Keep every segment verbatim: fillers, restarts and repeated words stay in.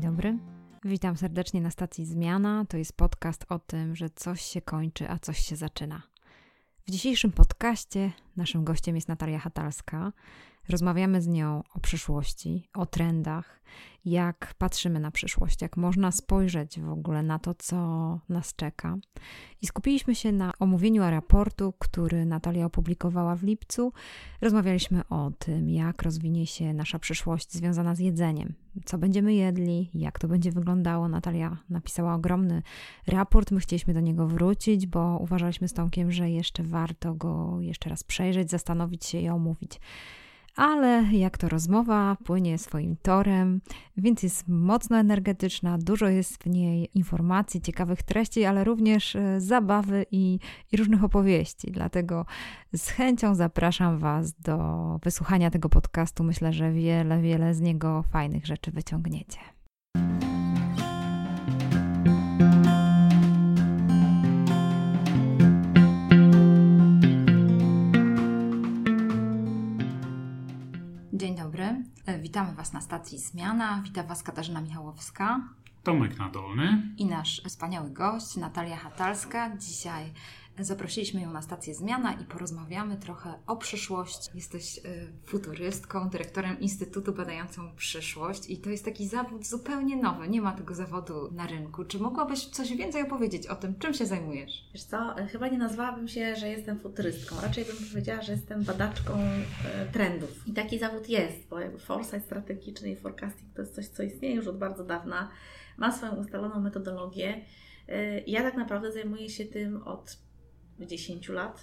dobry. Witam serdecznie na stacji Zmiana. To jest podcast o tym, że coś się kończy, a coś się zaczyna. W dzisiejszym podcaście naszym gościem jest Natalia Hatalska. Rozmawiamy z nią o przyszłości, o trendach, jak patrzymy na przyszłość, jak można spojrzeć w ogóle na to, co nas czeka. I skupiliśmy się na omówieniu raportu, który Natalia opublikowała w lipcu. Rozmawialiśmy o tym, jak rozwinie się nasza przyszłość związana z jedzeniem, co będziemy jedli, jak to będzie wyglądało. Natalia napisała ogromny raport, my chcieliśmy do niego wrócić, bo uważaliśmy z Tomkiem, że jeszcze warto go jeszcze raz przejrzeć, zastanowić się i omówić. Ale jak to rozmowa płynie swoim torem, więc jest mocno energetyczna, dużo jest w niej informacji, ciekawych treści, ale również zabawy i, i różnych opowieści. Dlatego z chęcią zapraszam Was do wysłuchania tego podcastu. Myślę, że wiele, wiele z niego fajnych rzeczy wyciągniecie. Dzień dobry, witamy Was na stacji Zmiana. Witam Was Katarzyna Michałowska, Tomek Nadolny i nasz wspaniały gość Natalia Hatalska. Dzisiaj zaprosiliśmy ją na stację Zmiana i porozmawiamy trochę o przyszłości. Jesteś futurystką, dyrektorem Instytutu badającą przyszłość i to jest taki zawód zupełnie nowy. Nie ma tego zawodu na rynku. Czy mogłabyś coś więcej opowiedzieć o tym, czym się zajmujesz? Wiesz co, chyba nie nazwałabym się, że jestem futurystką. Raczej bym powiedziała, że jestem badaczką e, trendów. I taki zawód jest, bo jakby foresight strategiczny i forecasting to jest coś, co istnieje już od bardzo dawna. Ma swoją ustaloną metodologię. E, ja tak naprawdę zajmuję się tym od dziesięciu lat,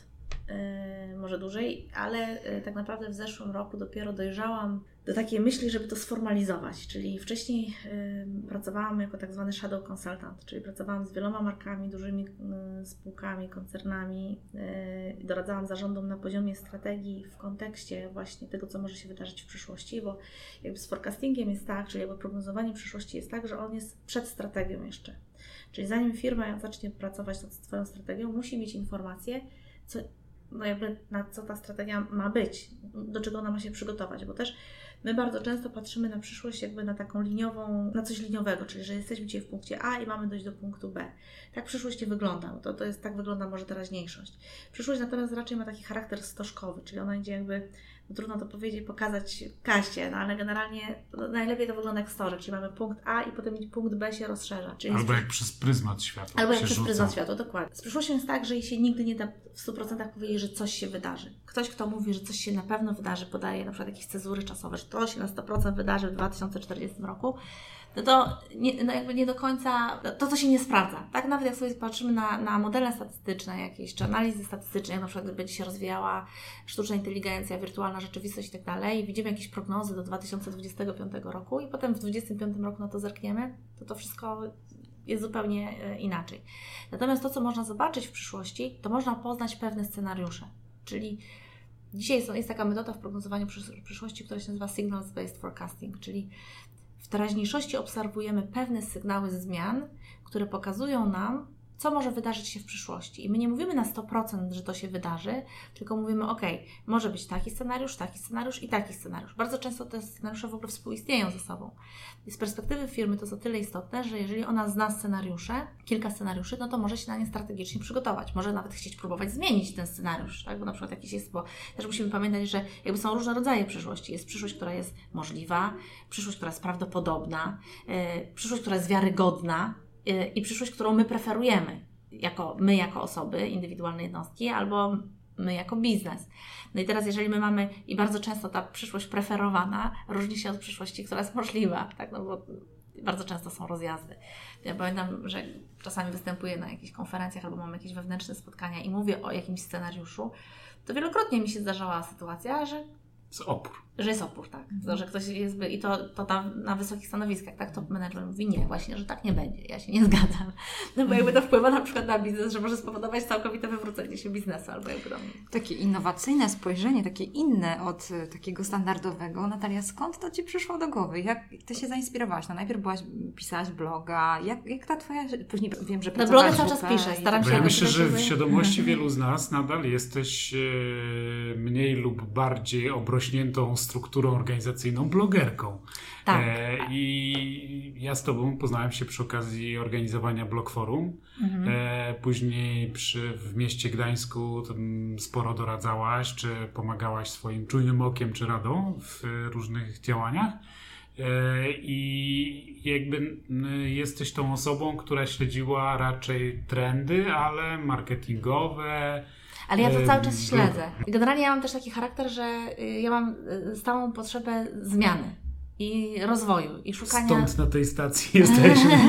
yy, może dłużej, ale yy, tak naprawdę w zeszłym roku dopiero dojrzałam do takiej myśli, żeby to sformalizować, czyli wcześniej yy, pracowałam jako tak zwany shadow consultant, czyli pracowałam z wieloma markami, dużymi yy, spółkami, koncernami, yy, doradzałam zarządom na poziomie strategii w kontekście właśnie tego, co może się wydarzyć w przyszłości, bo jakby z forecastingiem jest tak, czyli jakby prognozowanie przyszłości jest tak, że on jest przed strategią jeszcze. Czyli zanim firma zacznie pracować nad swoją strategią, musi mieć informacje, co, no jakby na co ta strategia ma być, do czego ona ma się przygotować, bo też my bardzo często patrzymy na przyszłość jakby na taką liniową, na coś liniowego, czyli że jesteśmy dzisiaj w punkcie A i mamy dojść do punktu B. Tak przyszłość nie wygląda, to, to jest, tak wygląda może teraźniejszość. Przyszłość natomiast raczej ma taki charakter stożkowy, czyli ona idzie jakby, no trudno to powiedzieć, pokazać kaście, no ale generalnie no, najlepiej to wygląda jak story, czyli mamy punkt A i potem punkt B się rozszerza. Czyli Albo jak przez pryzmat światła. Albo jak przez pryzmat światła, dokładnie. Z przyszłością jest tak, że jej się nigdy nie da w stu procentach powiedzieć, że coś się wydarzy. Ktoś, kto mówi, że coś się na pewno wydarzy, podaje na przykład jakieś cezury czasowe, że to się na sto procent wydarzy w dwa tysiące czterdziestym roku, no to nie, no jakby nie do końca, to co się nie sprawdza. Tak nawet jak sobie patrzymy na, na modele statystyczne jakieś, czy analizy statystyczne, jak na przykład będzie się rozwijała sztuczna inteligencja, wirtualna rzeczywistość i tak dalej, i widzimy jakieś prognozy do dwa tysiące dwudziestego piątego roku i potem w dwudziestym piątym roku na to zerkniemy, to to wszystko jest zupełnie inaczej. Natomiast to, co można zobaczyć w przyszłości, to można poznać pewne scenariusze, czyli dzisiaj jest, jest taka metoda w prognozowaniu przyszłości, która się nazywa Signals-Based Forecasting, czyli w teraźniejszości obserwujemy pewne sygnały zmian, które pokazują nam, co może wydarzyć się w przyszłości. I my nie mówimy na sto procent, że to się wydarzy, tylko mówimy, ok, może być taki scenariusz, taki scenariusz i taki scenariusz. Bardzo często te scenariusze w ogóle współistnieją ze sobą. I z perspektywy firmy to jest o tyle istotne, że jeżeli ona zna scenariusze, kilka scenariuszy, no to może się na nie strategicznie przygotować. Może nawet chcieć próbować zmienić ten scenariusz, tak? Bo na przykład jakiś jest, bo też musimy pamiętać, że jakby są różne rodzaje przyszłości. Jest przyszłość, która jest możliwa, przyszłość, która jest prawdopodobna, yy, przyszłość, która jest wiarygodna, i przyszłość, którą my preferujemy, jako, my jako osoby, indywidualne jednostki, albo my jako biznes. No i teraz jeżeli my mamy, i bardzo często ta przyszłość preferowana różni się od przyszłości, która jest możliwa, tak, no bo bardzo często są rozjazdy. Ja pamiętam, że czasami występuję na jakichś konferencjach albo mam jakieś wewnętrzne spotkania i mówię o jakimś scenariuszu, to wielokrotnie mi się zdarzała sytuacja, że z opór. Że jest opór, tak. To, że ktoś jest, i to, to tam na wysokich stanowiskach, tak, top management mówi nie, właśnie, że tak nie będzie, ja się nie zgadzam. No bo jakby to wpływa na przykład na biznes, że może spowodować całkowite wywrócenie się biznesu, albo jakby tam... Takie innowacyjne spojrzenie, takie inne od takiego standardowego. Natalia, skąd to Ci przyszło do głowy? Jak Ty się zainspirowałaś? No najpierw byłaś, pisałaś bloga, jak, jak ta Twoja... Później wiem, że no bloga cały czas piszę, staram się... Ja myślę, że w świadomości wielu z nas nadal jesteś e, mniej lub bardziej obrośniętą strukturą organizacyjną blogerką. Tak. E, I ja z Tobą poznałem się przy okazji organizowania Blog Forum. Mhm. E, później przy, w mieście Gdańsku sporo doradzałaś, czy pomagałaś swoim czujnym okiem, czy radą w różnych działaniach. I jakby jesteś tą osobą, która śledziła raczej trendy, ale marketingowe. Ale ja to cały czas śledzę. Generalnie ja mam też taki charakter, że ja mam stałą potrzebę zmiany i rozwoju i szukania... Stąd na tej stacji jesteśmy.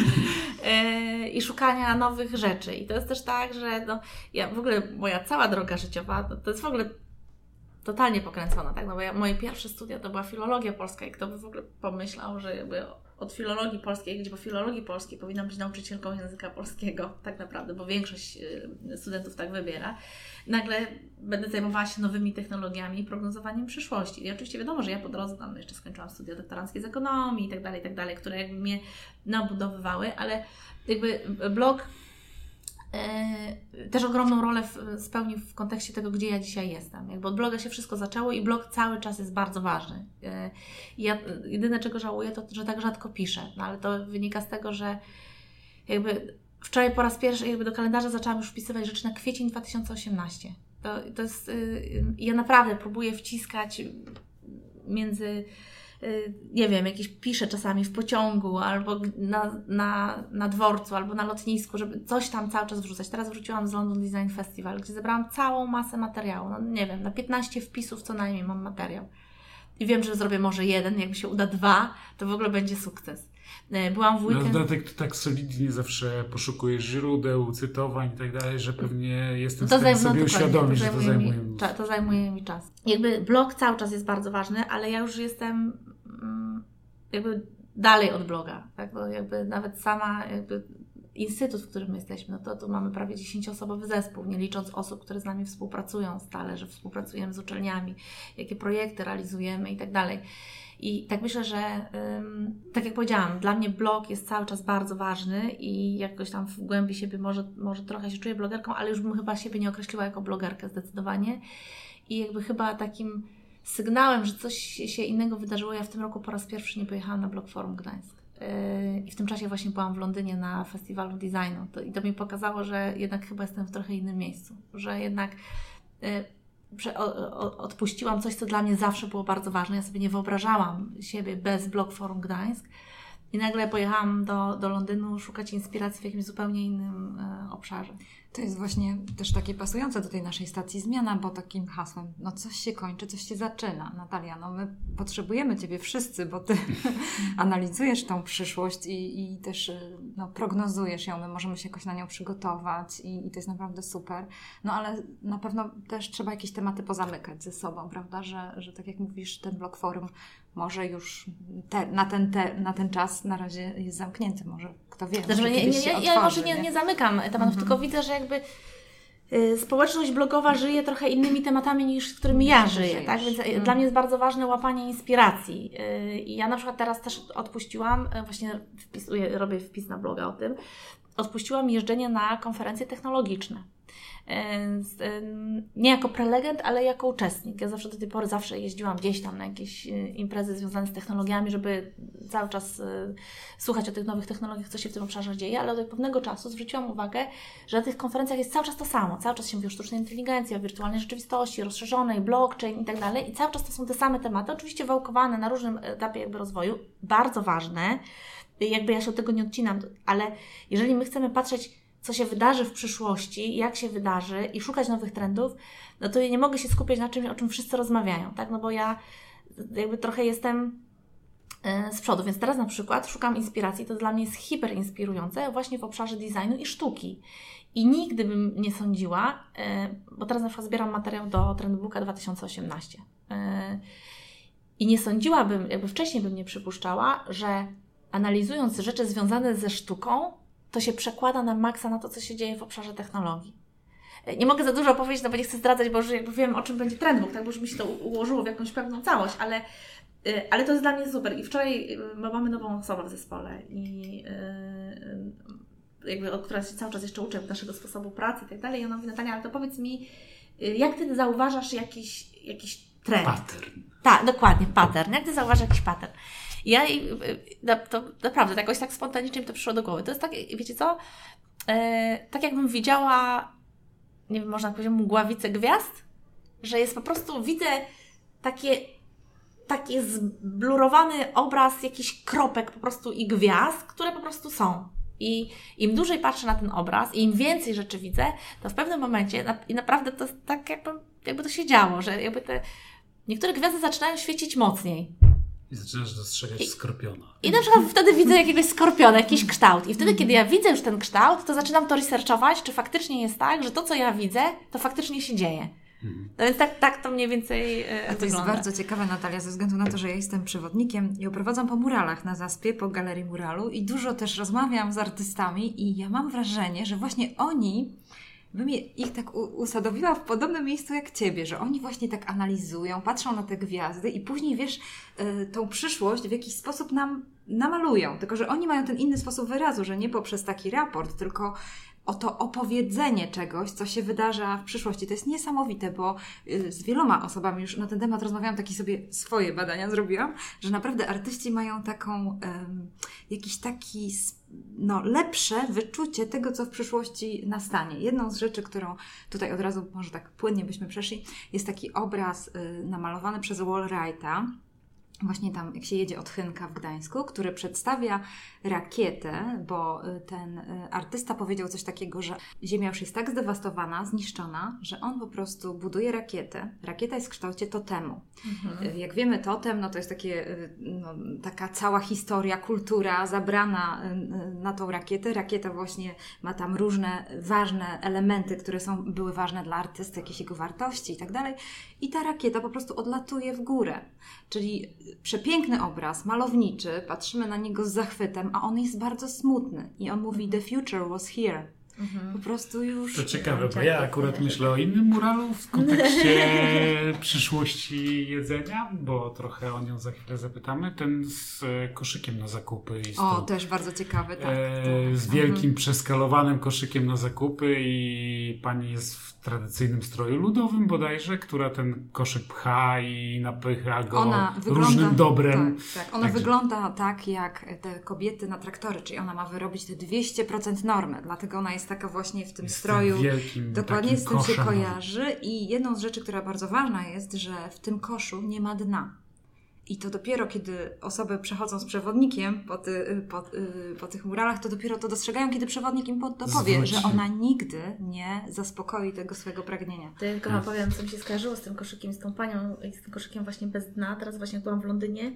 I szukania nowych rzeczy. I to jest też tak, że no, ja w ogóle moja cała droga życiowa to, to jest w ogóle totalnie pokręcona, tak? No bo ja, moje pierwsze studia to była filologia polska i kto by w ogóle pomyślał, że jakby od filologii polskiej, gdzie po filologii polskiej powinnam być nauczycielką języka polskiego, tak naprawdę, bo większość studentów tak wybiera, nagle będę zajmowała się nowymi technologiami i prognozowaniem przyszłości. I oczywiście wiadomo, że ja po drodze tam jeszcze skończyłam studia doktoranckie z ekonomii i tak dalej, i tak dalej, które jakby mnie nabudowywały, ale jakby blog Yy, też ogromną rolę w, spełnił w kontekście tego, gdzie ja dzisiaj jestem. Jakby od bloga się wszystko zaczęło i blog cały czas jest bardzo ważny. Yy, ja jedyne, czego żałuję, to, że tak rzadko piszę, no, ale to wynika z tego, że jakby wczoraj po raz pierwszy jakby do kalendarza zaczęłam już wpisywać rzeczy na kwiecień dwa tysiące osiemnasty. To, to jest, yy, ja naprawdę próbuję wciskać między nie wiem, jakieś piszę czasami w pociągu albo na, na, na dworcu, albo na lotnisku, żeby coś tam cały czas wrzucać. Teraz wróciłam z London Design Festival, gdzie zebrałam całą masę materiału. No nie wiem, na piętnaście wpisów co najmniej mam materiał. I wiem, że zrobię może jeden, jak mi się uda dwa, to w ogóle będzie sukces. Byłam w weekend... Na dodatek to tak solidnie zawsze poszukujesz źródeł, cytowań i tak dalej, że pewnie jestem to w stanie zajm- sobie no, uświadomić, że to zajmuje mi, cza- to zajmuje mi czas. Jakby blog cały czas jest bardzo ważny, ale ja już jestem mm, jakby dalej od bloga. Tak? Bo jakby nawet sama jakby instytut, w którym my jesteśmy, no to tu mamy prawie dziesięcioosobowy zespół, nie licząc osób, które z nami współpracują stale, że współpracujemy z uczelniami, jakie projekty realizujemy i tak dalej. I tak myślę, że ym, tak jak powiedziałam, dla mnie blog jest cały czas bardzo ważny i jakoś tam w głębi siebie może, może trochę się czuję blogerką, ale już bym chyba siebie nie określiła jako blogerkę zdecydowanie. I jakby chyba takim sygnałem, że coś się innego wydarzyło, ja w tym roku po raz pierwszy nie pojechałam na Blog Forum Gdańsk. Yy, I w tym czasie właśnie byłam w Londynie na festiwalu designu. To, I to mi pokazało, że jednak chyba jestem w trochę innym miejscu. Że jednak... Yy, Prze- o, o, odpuściłam coś, co dla mnie zawsze było bardzo ważne. Ja sobie nie wyobrażałam siebie bez Blog Forum Gdańsk i nagle pojechałam do, do Londynu szukać inspiracji w jakimś zupełnie innym e, obszarze. To jest właśnie też takie pasujące do tej naszej stacji zmiana, bo takim hasłem, no coś się kończy, coś się zaczyna. Natalia, no my potrzebujemy Ciebie wszyscy, bo Ty analizujesz tą przyszłość i, i też no, prognozujesz ją, my możemy się jakoś na nią przygotować i, i to jest naprawdę super. No ale na pewno też trzeba jakieś tematy pozamykać ze sobą, prawda, że, że tak jak mówisz, ten Blog Forum może już te, na, ten, te, na ten czas na razie jest zamknięty, może kto wie. Znaczy, nie, nie, nie, ja otworzy, może nie, nie? nie zamykam tematów, mm-hmm. tylko widzę, że jakby y, społeczność blogowa żyje trochę innymi tematami niż z którymi ja żyję, żyjesz. tak? Więc mm. dla mnie jest bardzo ważne łapanie inspiracji. Y, I ja na przykład teraz też odpuściłam, właśnie wpisuję, robię wpis na bloga o tym, odpuściłam jeżdżenie na konferencje technologiczne. Nie jako prelegent, ale jako uczestnik. Ja zawsze do tej pory zawsze jeździłam gdzieś tam na jakieś imprezy związane z technologiami, żeby cały czas słuchać o tych nowych technologiach, co się w tym obszarze dzieje, ale od pewnego czasu zwróciłam uwagę, że na tych konferencjach jest cały czas to samo. Cały czas się mówi o sztucznej inteligencji, o wirtualnej rzeczywistości, rozszerzonej, blockchain i tak dalej. I cały czas to są te same tematy, oczywiście wałkowane na różnym etapie jakby rozwoju, bardzo ważne. Jakby ja się od tego nie odcinam, ale jeżeli my chcemy patrzeć, co się wydarzy w przyszłości, jak się wydarzy i szukać nowych trendów, no to ja nie mogę się skupiać na czymś, o czym wszyscy rozmawiają, tak? No bo ja jakby trochę jestem z przodu, więc teraz na przykład szukam inspiracji, to dla mnie jest hiperinspirujące właśnie w obszarze designu i sztuki. I nigdy bym nie sądziła, bo teraz na przykład zbieram materiał do Trendbooka dwa tysiące osiemnaście i nie sądziłabym, jakby wcześniej bym nie przypuszczała, że analizując rzeczy związane ze sztuką, to się przekłada na maksa na to, co się dzieje w obszarze technologii. Nie mogę za dużo powiedzieć, no bo nie chcę zdradzać, bo już jakby wiem, o czym będzie Trendbook, tak, bo już mi się to ułożyło w jakąś pewną całość, ale, ale to jest dla mnie super. I wczoraj, bo mamy nową osobę w zespole i jakby, od której się cały czas jeszcze uczę naszego sposobu pracy i tak dalej, i ona mówi, Natalia, ale to powiedz mi, jak Ty zauważasz jakieś, jakieś trend. Pattern. Tak, dokładnie, pattern. Jak ty zauważysz jakiś pattern? Ja to naprawdę jakoś tak spontanicznie mi to przyszło do głowy. To jest tak, wiecie co? E, tak jakbym widziała, nie wiem, można powiedzieć, mgławicę gwiazd, że jest po prostu, widzę takie, taki zblurowany obraz jakichś kropek po prostu i gwiazd, które po prostu są. I im dłużej patrzę na ten obraz i im więcej rzeczy widzę, to w pewnym momencie na, i naprawdę to jest tak jakby, jakby to się działo, że jakby te niektóre gwiazdy zaczynają świecić mocniej. I zaczynasz dostrzegać I, skorpiona. I na przykład wtedy widzę jakiegoś skorpiona, jakiś kształt. I wtedy, kiedy ja widzę już ten kształt, to zaczynam to researchować, czy faktycznie jest tak, że to, co ja widzę, to faktycznie się dzieje. Mhm. No więc tak, tak to mniej więcej yy, A to wygląda. Jest bardzo ciekawe, Natalia, ze względu na to, że ja jestem przewodnikiem i oprowadzam po muralach na Zaspie, po Galerii Muralu i dużo też rozmawiam z artystami i ja mam wrażenie, że właśnie oni, bym ich tak usadowiła w podobnym miejscu jak Ciebie, że oni właśnie tak analizują, patrzą na te gwiazdy i później, wiesz, yy, tą przyszłość w jakiś sposób nam namalują. Tylko że oni mają ten inny sposób wyrazu, że nie poprzez taki raport, tylko o to opowiedzenie czegoś, co się wydarza w przyszłości. To jest niesamowite, bo z wieloma osobami już na ten temat rozmawiałam, takie sobie swoje badania zrobiłam, że naprawdę artyści mają taką, um, jakiś taki no, lepsze wyczucie tego, co w przyszłości nastanie. Jedną z rzeczy, którą tutaj od razu może tak płynnie byśmy przeszli, jest taki obraz y, namalowany przez Wallwrighta, właśnie tam, jak się jedzie od Chynka w Gdańsku, który przedstawia rakietę, bo ten artysta powiedział coś takiego, że Ziemia już jest tak zdewastowana, zniszczona, że on po prostu buduje rakietę. Rakieta jest w kształcie totemu. Mhm. Jak wiemy, totem, no to jest takie, no, taka cała historia, kultura zabrana na tą rakietę. Rakieta właśnie ma tam różne ważne elementy, które są, były ważne dla artysty, jakieś jego wartości i tak dalej. I ta rakieta po prostu odlatuje w górę. Czyli przepiękny obraz, malowniczy, patrzymy na niego z zachwytem, a on jest bardzo smutny. I on mówi, the future was here. Mhm. Po prostu już... To ciekawe, bo ja akurat myślę o innym muralu w kontekście przyszłości jedzenia, bo trochę o nią za chwilę zapytamy. Ten z koszykiem na zakupy. I z o, to, też bardzo ciekawy, tak. E, z wielkim mhm. przeskalowanym koszykiem na zakupy i pani jest w tradycyjnym stroju ludowym bodajże, która ten koszyk pcha i napycha go ona różnym wygląda, dobrem. Tak, tak. Ona tak, wygląda tak jak te kobiety na traktory, czyli ona ma wyrobić te dwieście procent normy, dlatego ona jest taka właśnie w tym jest stroju. Wielkim, dokładnie z tym koszem. się kojarzy i jedną z rzeczy, która bardzo ważna jest, że w tym koszu nie ma dna. I to dopiero, kiedy osoby przechodzą z przewodnikiem po, ty, po, po tych muralach, to dopiero to dostrzegają, kiedy przewodnik im to powie, Zwróci. że ona nigdy nie zaspokoi tego swojego pragnienia. To ja tylko wam powiem, co mi się skojarzyło z tym koszykiem, z tą panią i z tym koszykiem właśnie bez dna. Teraz właśnie byłam w Londynie,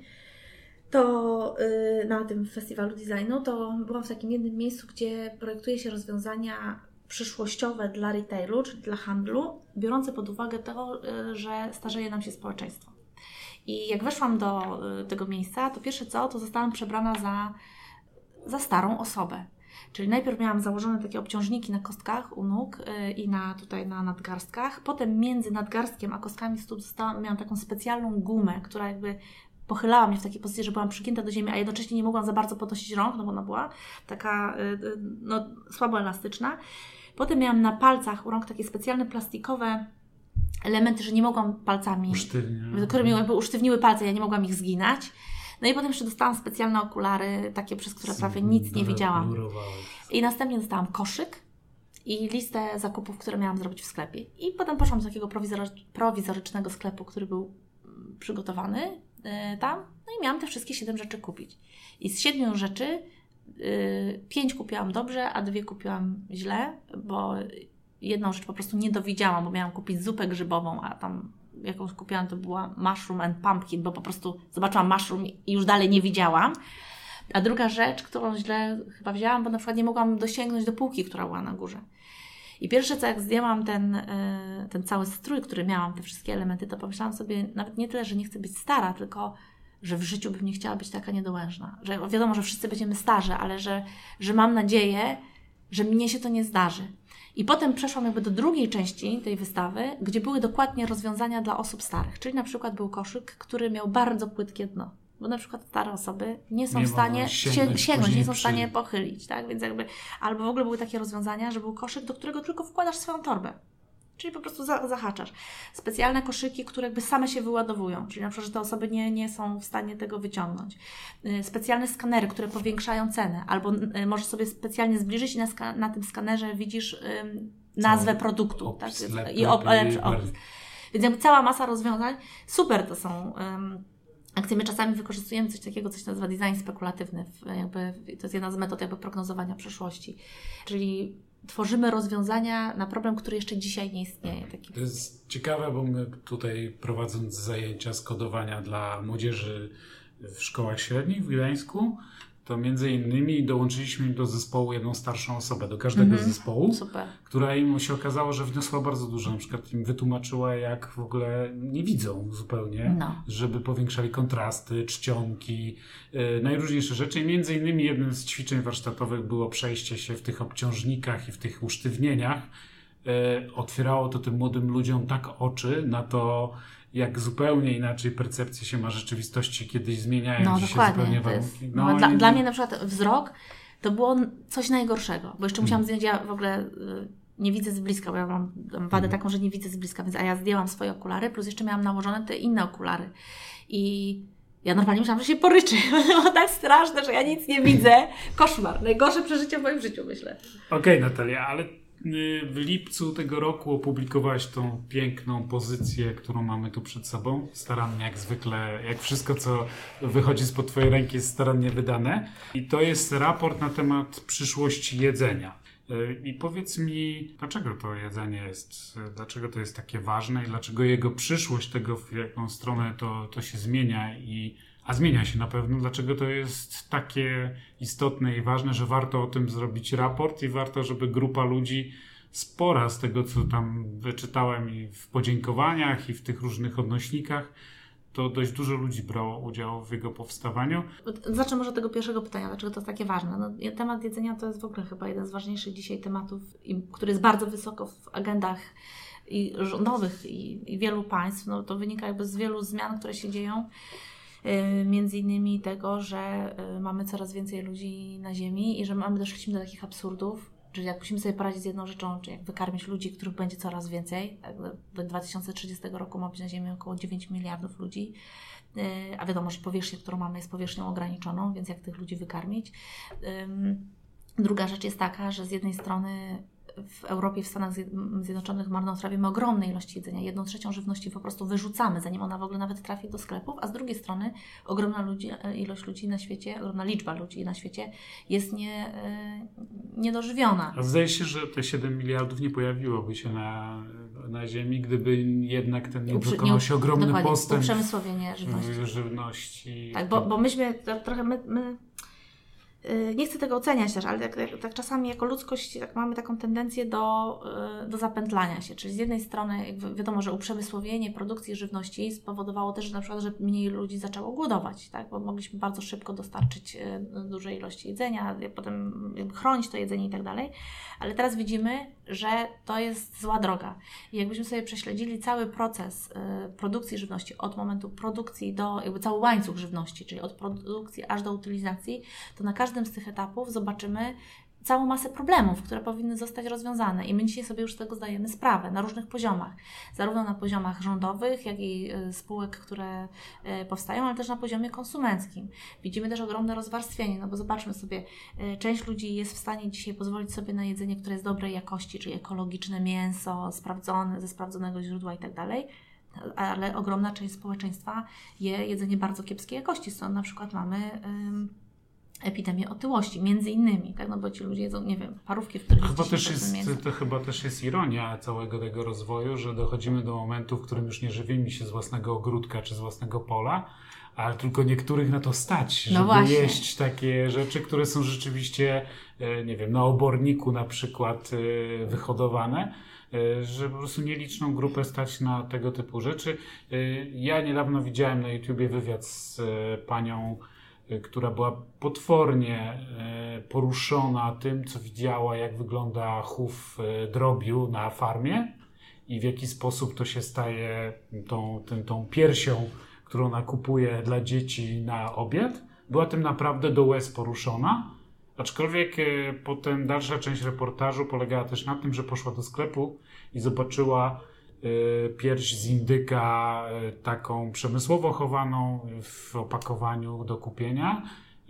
to yy, na tym festiwalu designu, to byłam w takim jednym miejscu, gdzie projektuje się rozwiązania przyszłościowe dla retailu, czyli dla handlu, biorące pod uwagę to, yy, że starzeje nam się społeczeństwo. I jak weszłam do y, tego miejsca, to pierwsze co, to zostałam przebrana za, za starą osobę. Czyli najpierw miałam założone takie obciążniki na kostkach u nóg y, i na, tutaj na nadgarstkach. Potem między nadgarstkiem a kostkami stóp dostałam, miałam taką specjalną gumę, która jakby pochylała mnie w takiej pozycji, że byłam przygięta do ziemi, a jednocześnie nie mogłam za bardzo podnosić rąk, no bo ona była taka y, y, no, słabo elastyczna. Potem miałam na palcach u rąk takie specjalne plastikowe elementy, że nie mogłam palcami, Usztywnie. które mi jakby usztywniły palce, ja nie mogłam ich zginać. No i potem jeszcze dostałam specjalne okulary, takie przez które prawie nic nie widziałam. I następnie dostałam koszyk i listę zakupów, które miałam zrobić w sklepie. I potem poszłam do takiego prowizorycz- prowizorycznego sklepu, który był przygotowany yy, tam. No i miałam te wszystkie siedem rzeczy kupić. I z siedmiu rzeczy yy, pięć kupiłam dobrze, a dwie kupiłam źle, bo jedną rzecz po prostu nie dowidziałam, bo miałam kupić zupę grzybową, a tam jakąś kupiłam, to była mushroom and pumpkin, bo po prostu zobaczyłam mushroom i już dalej nie widziałam. A druga rzecz, którą źle chyba wzięłam, bo na przykład nie mogłam dosięgnąć do półki, która była na górze. I pierwsze co, jak zdjęłam ten, ten cały strój, który miałam, te wszystkie elementy, to pomyślałam sobie nawet nie tyle, że nie chcę być stara, tylko że w życiu bym nie chciała być taka niedołężna. Że wiadomo, że wszyscy będziemy starzy, ale że, że mam nadzieję, że mnie się to nie zdarzy. I potem przeszłam jakby do drugiej części tej wystawy, gdzie były dokładnie rozwiązania dla osób starych. Czyli na przykład był koszyk, który miał bardzo płytkie dno. Bo na przykład stare osoby nie są nie w stanie sięgnąć, sięgnąć nie są w przy... stanie pochylić, tak? Więc jakby, albo w ogóle były takie rozwiązania, że był koszyk, do którego tylko wkładasz swoją torbę. Czyli po prostu za, zahaczasz. Specjalne koszyki, które jakby same się wyładowują, czyli na przykład, że te osoby nie, nie są w stanie tego wyciągnąć. Specjalne skanery, które powiększają cenę, albo możesz sobie specjalnie zbliżyć i na, ska- na tym skanerze widzisz ym, nazwę produktu. Opis, tak? lepiej, I op- lepszy opis. bardziej. Więc jakby cała masa rozwiązań, super to są ym, akcje. My czasami wykorzystujemy coś takiego, co się nazywa design spekulatywny. Jakby, to jest jedna z metod jakby prognozowania przyszłości. Czyli tworzymy rozwiązania na problem, który jeszcze dzisiaj nie istnieje. Taki. To jest ciekawe, bo my tutaj prowadząc zajęcia z kodowania dla młodzieży w szkołach średnich w Gdańsku, to między innymi dołączyliśmy do zespołu jedną starszą osobę, do każdego mm-hmm. zespołu, Super. która im się okazało, że wniosła bardzo dużo. Na przykład im wytłumaczyła, jak w ogóle nie widzą zupełnie, no. żeby powiększali kontrasty, czcionki, yy, najróżniejsze rzeczy. I między innymi jednym z ćwiczeń warsztatowych było przejście się w tych obciążnikach i w tych usztywnieniach. Yy, otwierało to tym młodym ludziom tak oczy na to, jak zupełnie inaczej percepcja się ma rzeczywistości, kiedyś zmieniają no, się dokładnie, zupełnie to jest, warunki. no, No, dla, i... dla mnie na przykład wzrok to było coś najgorszego, bo jeszcze musiałam Hmm. zdjąć, ja w ogóle y, nie widzę z bliska, bo ja mam wadę Hmm. taką, że nie widzę z bliska, więc a ja zdjęłam swoje okulary, plus jeszcze miałam nałożone te inne okulary i ja normalnie myślałam, że się poryczy, bo to było tak straszne, że ja nic nie widzę. Koszmar, najgorsze przeżycie w moim życiu, myślę. Okej, okay, Natalia, ale w lipcu tego roku opublikowałaś tą piękną pozycję, którą mamy tu przed sobą. Starannie jak zwykle, jak wszystko, co wychodzi spod Twojej ręki, jest starannie wydane. I to jest raport na temat przyszłości jedzenia. I powiedz mi, dlaczego to jedzenie jest, dlaczego to jest takie ważne i dlaczego jego przyszłość, tego w jaką stronę to, to się zmienia i a zmienia się na pewno, dlaczego to jest takie istotne i ważne, że warto o tym zrobić raport i warto, żeby grupa ludzi spora z tego, co tam wyczytałem i w podziękowaniach i w tych różnych odnośnikach, to dość dużo ludzi brało udział w jego powstawaniu. Zacznę może od tego pierwszego pytania, dlaczego to jest takie ważne. No, temat jedzenia to jest w ogóle chyba jeden z ważniejszych dzisiaj tematów, który jest bardzo wysoko w agendach i rządowych i, i wielu państw. No, to wynika jakby z wielu zmian, które się dzieją. Między innymi tego, że mamy coraz więcej ludzi na ziemi i że mamy doszliśmy do takich absurdów, czyli jak musimy sobie poradzić z jedną rzeczą, czy jak wykarmić ludzi, których będzie coraz więcej. Tak, do dwa tysiące trzydziestego roku ma być na ziemi około dziewięć miliardów ludzi, a wiadomo, że powierzchnia, którą mamy, jest powierzchnią ograniczoną, więc jak tych ludzi wykarmić. Druga rzecz jest taka, że z jednej strony w Europie, w Stanach Zjednoczonych marnotrawimy ogromne ilości jedzenia. Jedną trzecią żywności po prostu wyrzucamy, zanim ona w ogóle nawet trafi do sklepów, a z drugiej strony ogromna ludzi, ilość ludzi na świecie, ogromna liczba ludzi na świecie jest nie, niedożywiona. A zdaje się, że te siedem miliardów nie pojawiłoby się na, na ziemi, gdyby jednak ten nie dokonał się ogromny postęp uprzemysłowienie żywności. żywności. Tak, bo, bo myśmy trochę my, my nie chcę tego oceniać też, ale tak, tak, tak czasami jako ludzkość tak mamy taką tendencję do, do zapętlania się. Czyli z jednej strony jakby wiadomo, że uprzemysłowienie produkcji żywności spowodowało też, że na przykład, że mniej ludzi zaczęło głodować, tak? Bo mogliśmy bardzo szybko dostarczyć duże ilości jedzenia, potem jakby chronić to jedzenie i tak dalej. Ale teraz widzimy, że to jest zła droga. I jakbyśmy sobie prześledzili cały proces produkcji żywności od momentu produkcji do jakby cały łańcuch żywności, czyli od produkcji aż do utylizacji, to na każdym z tych etapów zobaczymy całą masę problemów, które powinny zostać rozwiązane i my dzisiaj sobie już z tego zdajemy sprawę na różnych poziomach, zarówno na poziomach rządowych, jak i spółek, które powstają, ale też na poziomie konsumenckim. Widzimy też ogromne rozwarstwienie, no bo zobaczmy sobie, część ludzi jest w stanie dzisiaj pozwolić sobie na jedzenie, które jest dobrej jakości, czyli ekologiczne mięso, sprawdzone, ze sprawdzonego źródła i tak dalej, ale ogromna część społeczeństwa je jedzenie bardzo kiepskiej jakości, stąd na przykład mamy ym, epidemię otyłości, między innymi, tak? No bo ci ludzie jedzą, nie wiem, parówki, w których chyba jest też jest, to chyba też jest ironia całego tego rozwoju, że dochodzimy do momentu, w którym już nie żywimy się z własnego ogródka czy z własnego pola, ale tylko niektórych na to stać, no żeby właśnie. jeść takie rzeczy, które są rzeczywiście, nie wiem, na oborniku na przykład wyhodowane, że po prostu nieliczną grupę stać na tego typu rzeczy. Ja niedawno widziałem na YouTubie wywiad z panią, która była potwornie poruszona tym, co widziała, jak wygląda chów drobiu na farmie i w jaki sposób to się staje tą, tą, tą piersią, którą ona kupuje dla dzieci na obiad. Była tym naprawdę do łez poruszona. Aczkolwiek potem dalsza część reportażu polegała też na tym, że poszła do sklepu i zobaczyła pierś z indyka taką przemysłowo chowaną w opakowaniu do kupienia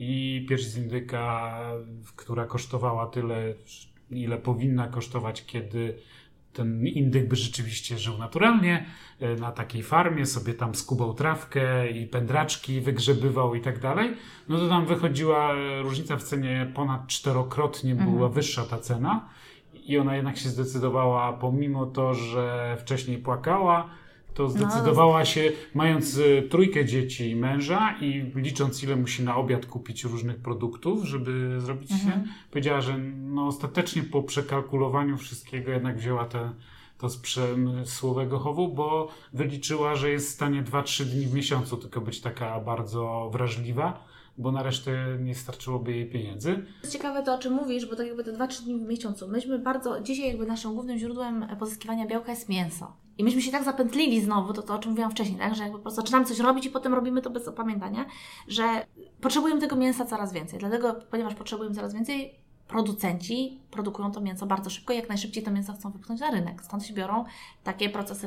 i pierś z indyka, która kosztowała tyle, ile powinna kosztować, kiedy ten indyk by rzeczywiście żył naturalnie, na takiej farmie, sobie tam skubał trawkę i pędraczki wygrzebywał i tak dalej, no to tam wychodziła różnica w cenie ponad czterokrotnie, mhm. była wyższa ta cena i ona jednak się zdecydowała, pomimo to, że wcześniej płakała, to zdecydowała no. się, mając trójkę dzieci i męża i licząc, ile musi na obiad kupić różnych produktów, żeby zrobić mhm. się, powiedziała, że no ostatecznie po przekalkulowaniu wszystkiego jednak wzięła te, to z przemysłowego chowu, bo wyliczyła, że jest w stanie dwa trzy dni w miesiącu tylko być taka bardzo wrażliwa, bo na resztę nie starczyłoby jej pieniędzy. Jest ciekawe to, o czym mówisz, bo tak jakby te dwa trzy dni w miesiącu. Myśmy bardzo, dzisiaj jakby naszym głównym źródłem pozyskiwania białka jest mięso. I myśmy się tak zapętlili znowu, to, to o czym mówiłam wcześniej, tak? Że jakby po prostu zaczynamy coś robić i potem robimy to bez opamiętania, że potrzebujemy tego mięsa coraz więcej. Dlatego, ponieważ potrzebujemy coraz więcej, producenci produkują to mięso bardzo szybko i jak najszybciej to mięso chcą wypchnąć na rynek. Stąd się biorą takie procesy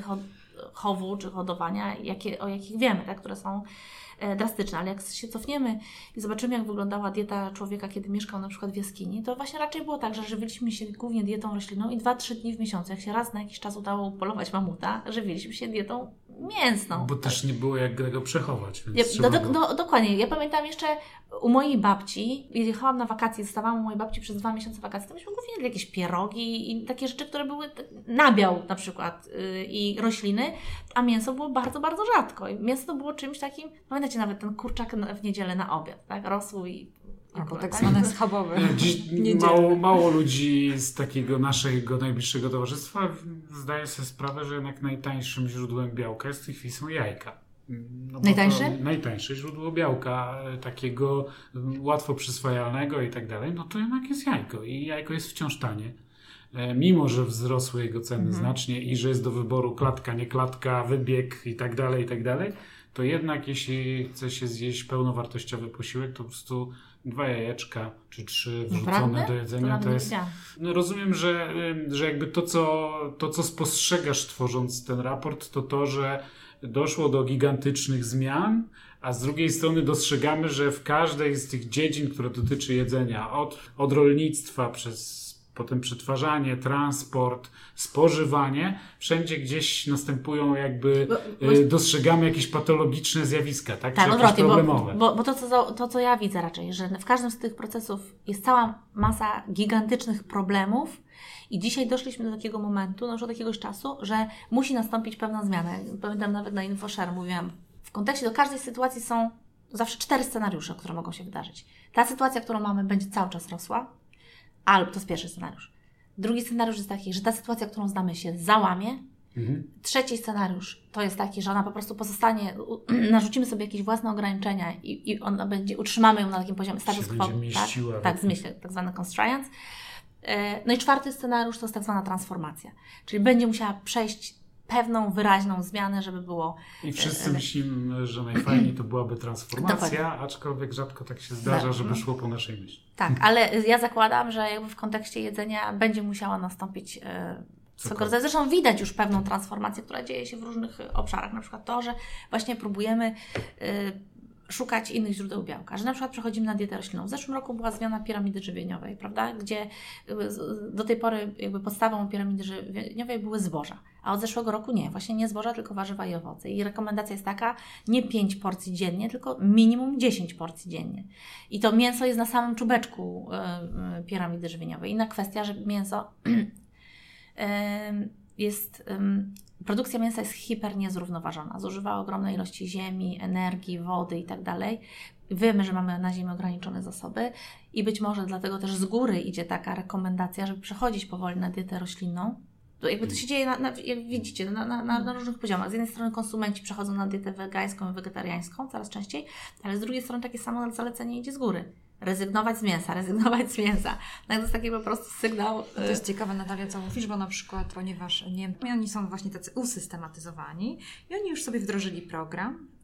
chowu czy hodowania, jakie, o jakich wiemy, tak? Które są drastyczne, ale jak się cofniemy i zobaczymy, jak wyglądała dieta człowieka, kiedy mieszkał na przykład w jaskini, to właśnie raczej było tak, że żywiliśmy się głównie dietą roślinną i dwa trzy dni w miesiącu, jak się raz na jakiś czas udało polować mamuta, żywiliśmy się dietą mięsną. Bo też nie było jak go przechować. Więc ja, do, do, do, dokładnie. Ja pamiętam jeszcze u mojej babci, jechałam na wakacje, zostawałam u mojej babci przez dwa miesiące wakacji, to myśmy głównie jedli jakieś pierogi i takie rzeczy, które były nabiał na przykład yy, i rośliny, a mięso było bardzo, bardzo rzadko. I mięso to było czymś takim, pamiętacie nawet ten kurczak w niedzielę na obiad, tak? Rosół i albo tak zwane schabowe. Dziś mało, mało ludzi z takiego naszego najbliższego towarzystwa zdaje sobie sprawę, że jednak najtańszym źródłem białka jest w tej chwili są jajka. No najtańsze? Najtańsze źródło białka, takiego łatwo przyswajalnego i tak dalej, no to jednak jest jajko i jajko jest wciąż tanie. Mimo że wzrosły jego ceny mhm. znacznie i że jest do wyboru klatka, nie klatka, wybieg i tak dalej, i tak dalej, to jednak jeśli chce się zjeść pełnowartościowy posiłek, to po prostu dwa jajeczka czy trzy wrzucone Naprawdę? do jedzenia, to, to jest... No rozumiem, że, że jakby to co, to, co spostrzegasz tworząc ten raport, to to, że doszło do gigantycznych zmian, a z drugiej strony dostrzegamy, że w każdej z tych dziedzin, które dotyczy jedzenia, od, od rolnictwa przez potem przetwarzanie, transport, spożywanie, wszędzie gdzieś następują jakby, bo, bo, dostrzegamy jakieś patologiczne zjawiska, tak? Tak, odwrotnie, bo, bo, bo to, co, to, co ja widzę raczej, że w każdym z tych procesów jest cała masa gigantycznych problemów i dzisiaj doszliśmy do takiego momentu, no już od jakiegoś czasu, że musi nastąpić pewna zmiana. Pamiętam nawet na InfoShare mówiłam, w kontekście do każdej sytuacji są zawsze cztery scenariusze, które mogą się wydarzyć. Ta sytuacja, którą mamy, będzie cały czas rosła, albo to jest pierwszy scenariusz. Drugi scenariusz jest taki, że ta sytuacja, którą znamy, się załamie. Mhm. Trzeci scenariusz to jest taki, że ona po prostu pozostanie, narzucimy sobie jakieś własne ograniczenia i, i ona będzie, utrzymamy ją na takim poziomie status quo. Tak, tak, zmyślę, tak zwany constraints. No i czwarty scenariusz to jest tak zwana transformacja. Czyli będzie musiała przejść pewną wyraźną zmianę, żeby było... I wszyscy e... myślimy, że najfajniej to byłaby transformacja, Dokładnie. aczkolwiek rzadko tak się zdarza, żeby szło po naszej myśli. Tak, ale ja zakładam, że jakby w kontekście jedzenia będzie musiała nastąpić e, swego rodzaju. Zresztą widać już pewną transformację, która dzieje się w różnych obszarach. Na przykład to, że właśnie próbujemy e, szukać innych źródeł białka, że na przykład przechodzimy na dietę roślinną. W zeszłym roku była zmiana piramidy żywieniowej, prawda? Gdzie do tej pory jakby podstawą piramidy żywieniowej były zboża, a od zeszłego roku nie, właśnie nie zboża, tylko warzywa i owoce. I rekomendacja jest taka, nie pięć porcji dziennie, tylko minimum dziesięć porcji dziennie. I to mięso jest na samym czubeczku yy, piramidy żywieniowej. Inna kwestia, że mięso yy, jest... Yy, Produkcja mięsa jest hiper niezrównoważona. Zużywa ogromne ilości ziemi, energii, wody i tak dalej. Wiemy, że mamy na ziemi ograniczone zasoby i być może dlatego też z góry idzie taka rekomendacja, żeby przechodzić powoli na dietę roślinną. To jakby to się dzieje, na, na, jak widzicie, na, na, na różnych poziomach. Z jednej strony konsumenci przechodzą na dietę wegańską i wegetariańską coraz częściej, ale z drugiej strony takie samo zalecenie idzie z góry. Rezygnować z mięsa, rezygnować z mięsa. No to jest taki po prostu sygnał. To jest ciekawe, Natalia, co mówisz, bo na przykład, ponieważ nie, oni są właśnie tacy usystematyzowani i oni już sobie wdrożyli program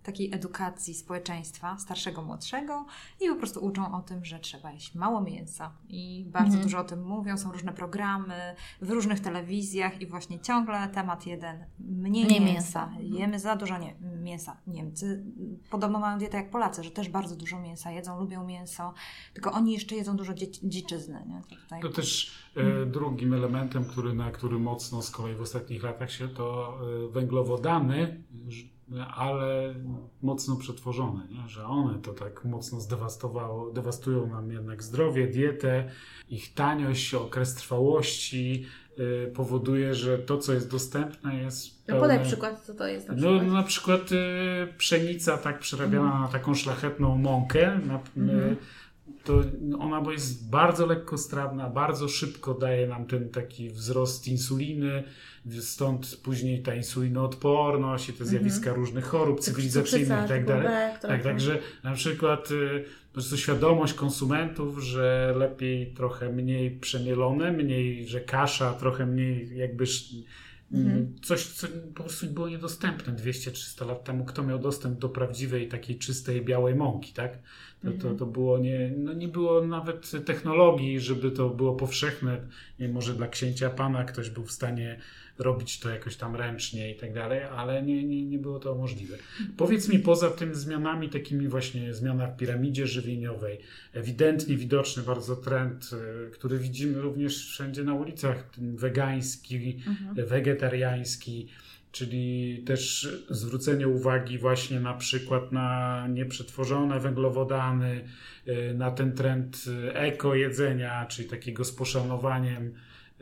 takiej edukacji społeczeństwa, starszego, młodszego i po prostu uczą o tym, że trzeba jeść mało mięsa i bardzo mhm. dużo o tym mówią, są różne programy w różnych telewizjach i właśnie ciągle temat jeden, mniej nie mięsa, mięsa. Jemy za dużo nie, mięsa. Niemcy podobno mają dietę jak Polacy, że też bardzo dużo mięsa jedzą, lubią mięso, tylko oni jeszcze jedzą dużo dzie- dziczyzny. Nie? To, tutaj... to też e, drugim elementem, który, na który mocno z kolei w ostatnich latach się to e, węglowodany, ale mocno przetworzone, nie? Że one to tak mocno zdewastowało, dewastują nam jednak zdrowie, dietę, ich taniość, okres trwałości y, powoduje, że to, co jest dostępne, jest pełne... No podaj przykład, co to jest na przykład. No na przykład y, pszenica tak przerabiana mm. na taką szlachetną mąkę, na, mm. y, to ona bo jest bardzo lekkostrawna, bardzo szybko daje nam ten taki wzrost insuliny, stąd później ta insulinoodporność i te zjawiska mm-hmm. różnych chorób cywilizacyjnych i tak dalej. Tak, także na przykład y, po prostu świadomość konsumentów, że lepiej trochę mniej przemielone, mniej, że kasza trochę mniej jakby mm-hmm. coś, co po prostu było niedostępne dwieście trzysta lat temu. Kto miał dostęp do prawdziwej, takiej czystej, białej mąki, tak? To, to, to było nie, no nie było nawet technologii, żeby to było powszechne. Nie, może dla księcia pana ktoś był w stanie robić to jakoś tam ręcznie i tak dalej, ale nie, nie, nie było to możliwe. Powiedz mi, poza tym zmianami, takimi właśnie zmiana w piramidzie żywieniowej, ewidentnie widoczny bardzo trend, który widzimy również wszędzie na ulicach, ten wegański, mhm. wegetariański, czyli też zwrócenie uwagi właśnie na przykład na nieprzetworzone węglowodany, na ten trend eko jedzenia, czyli takiego z poszanowaniem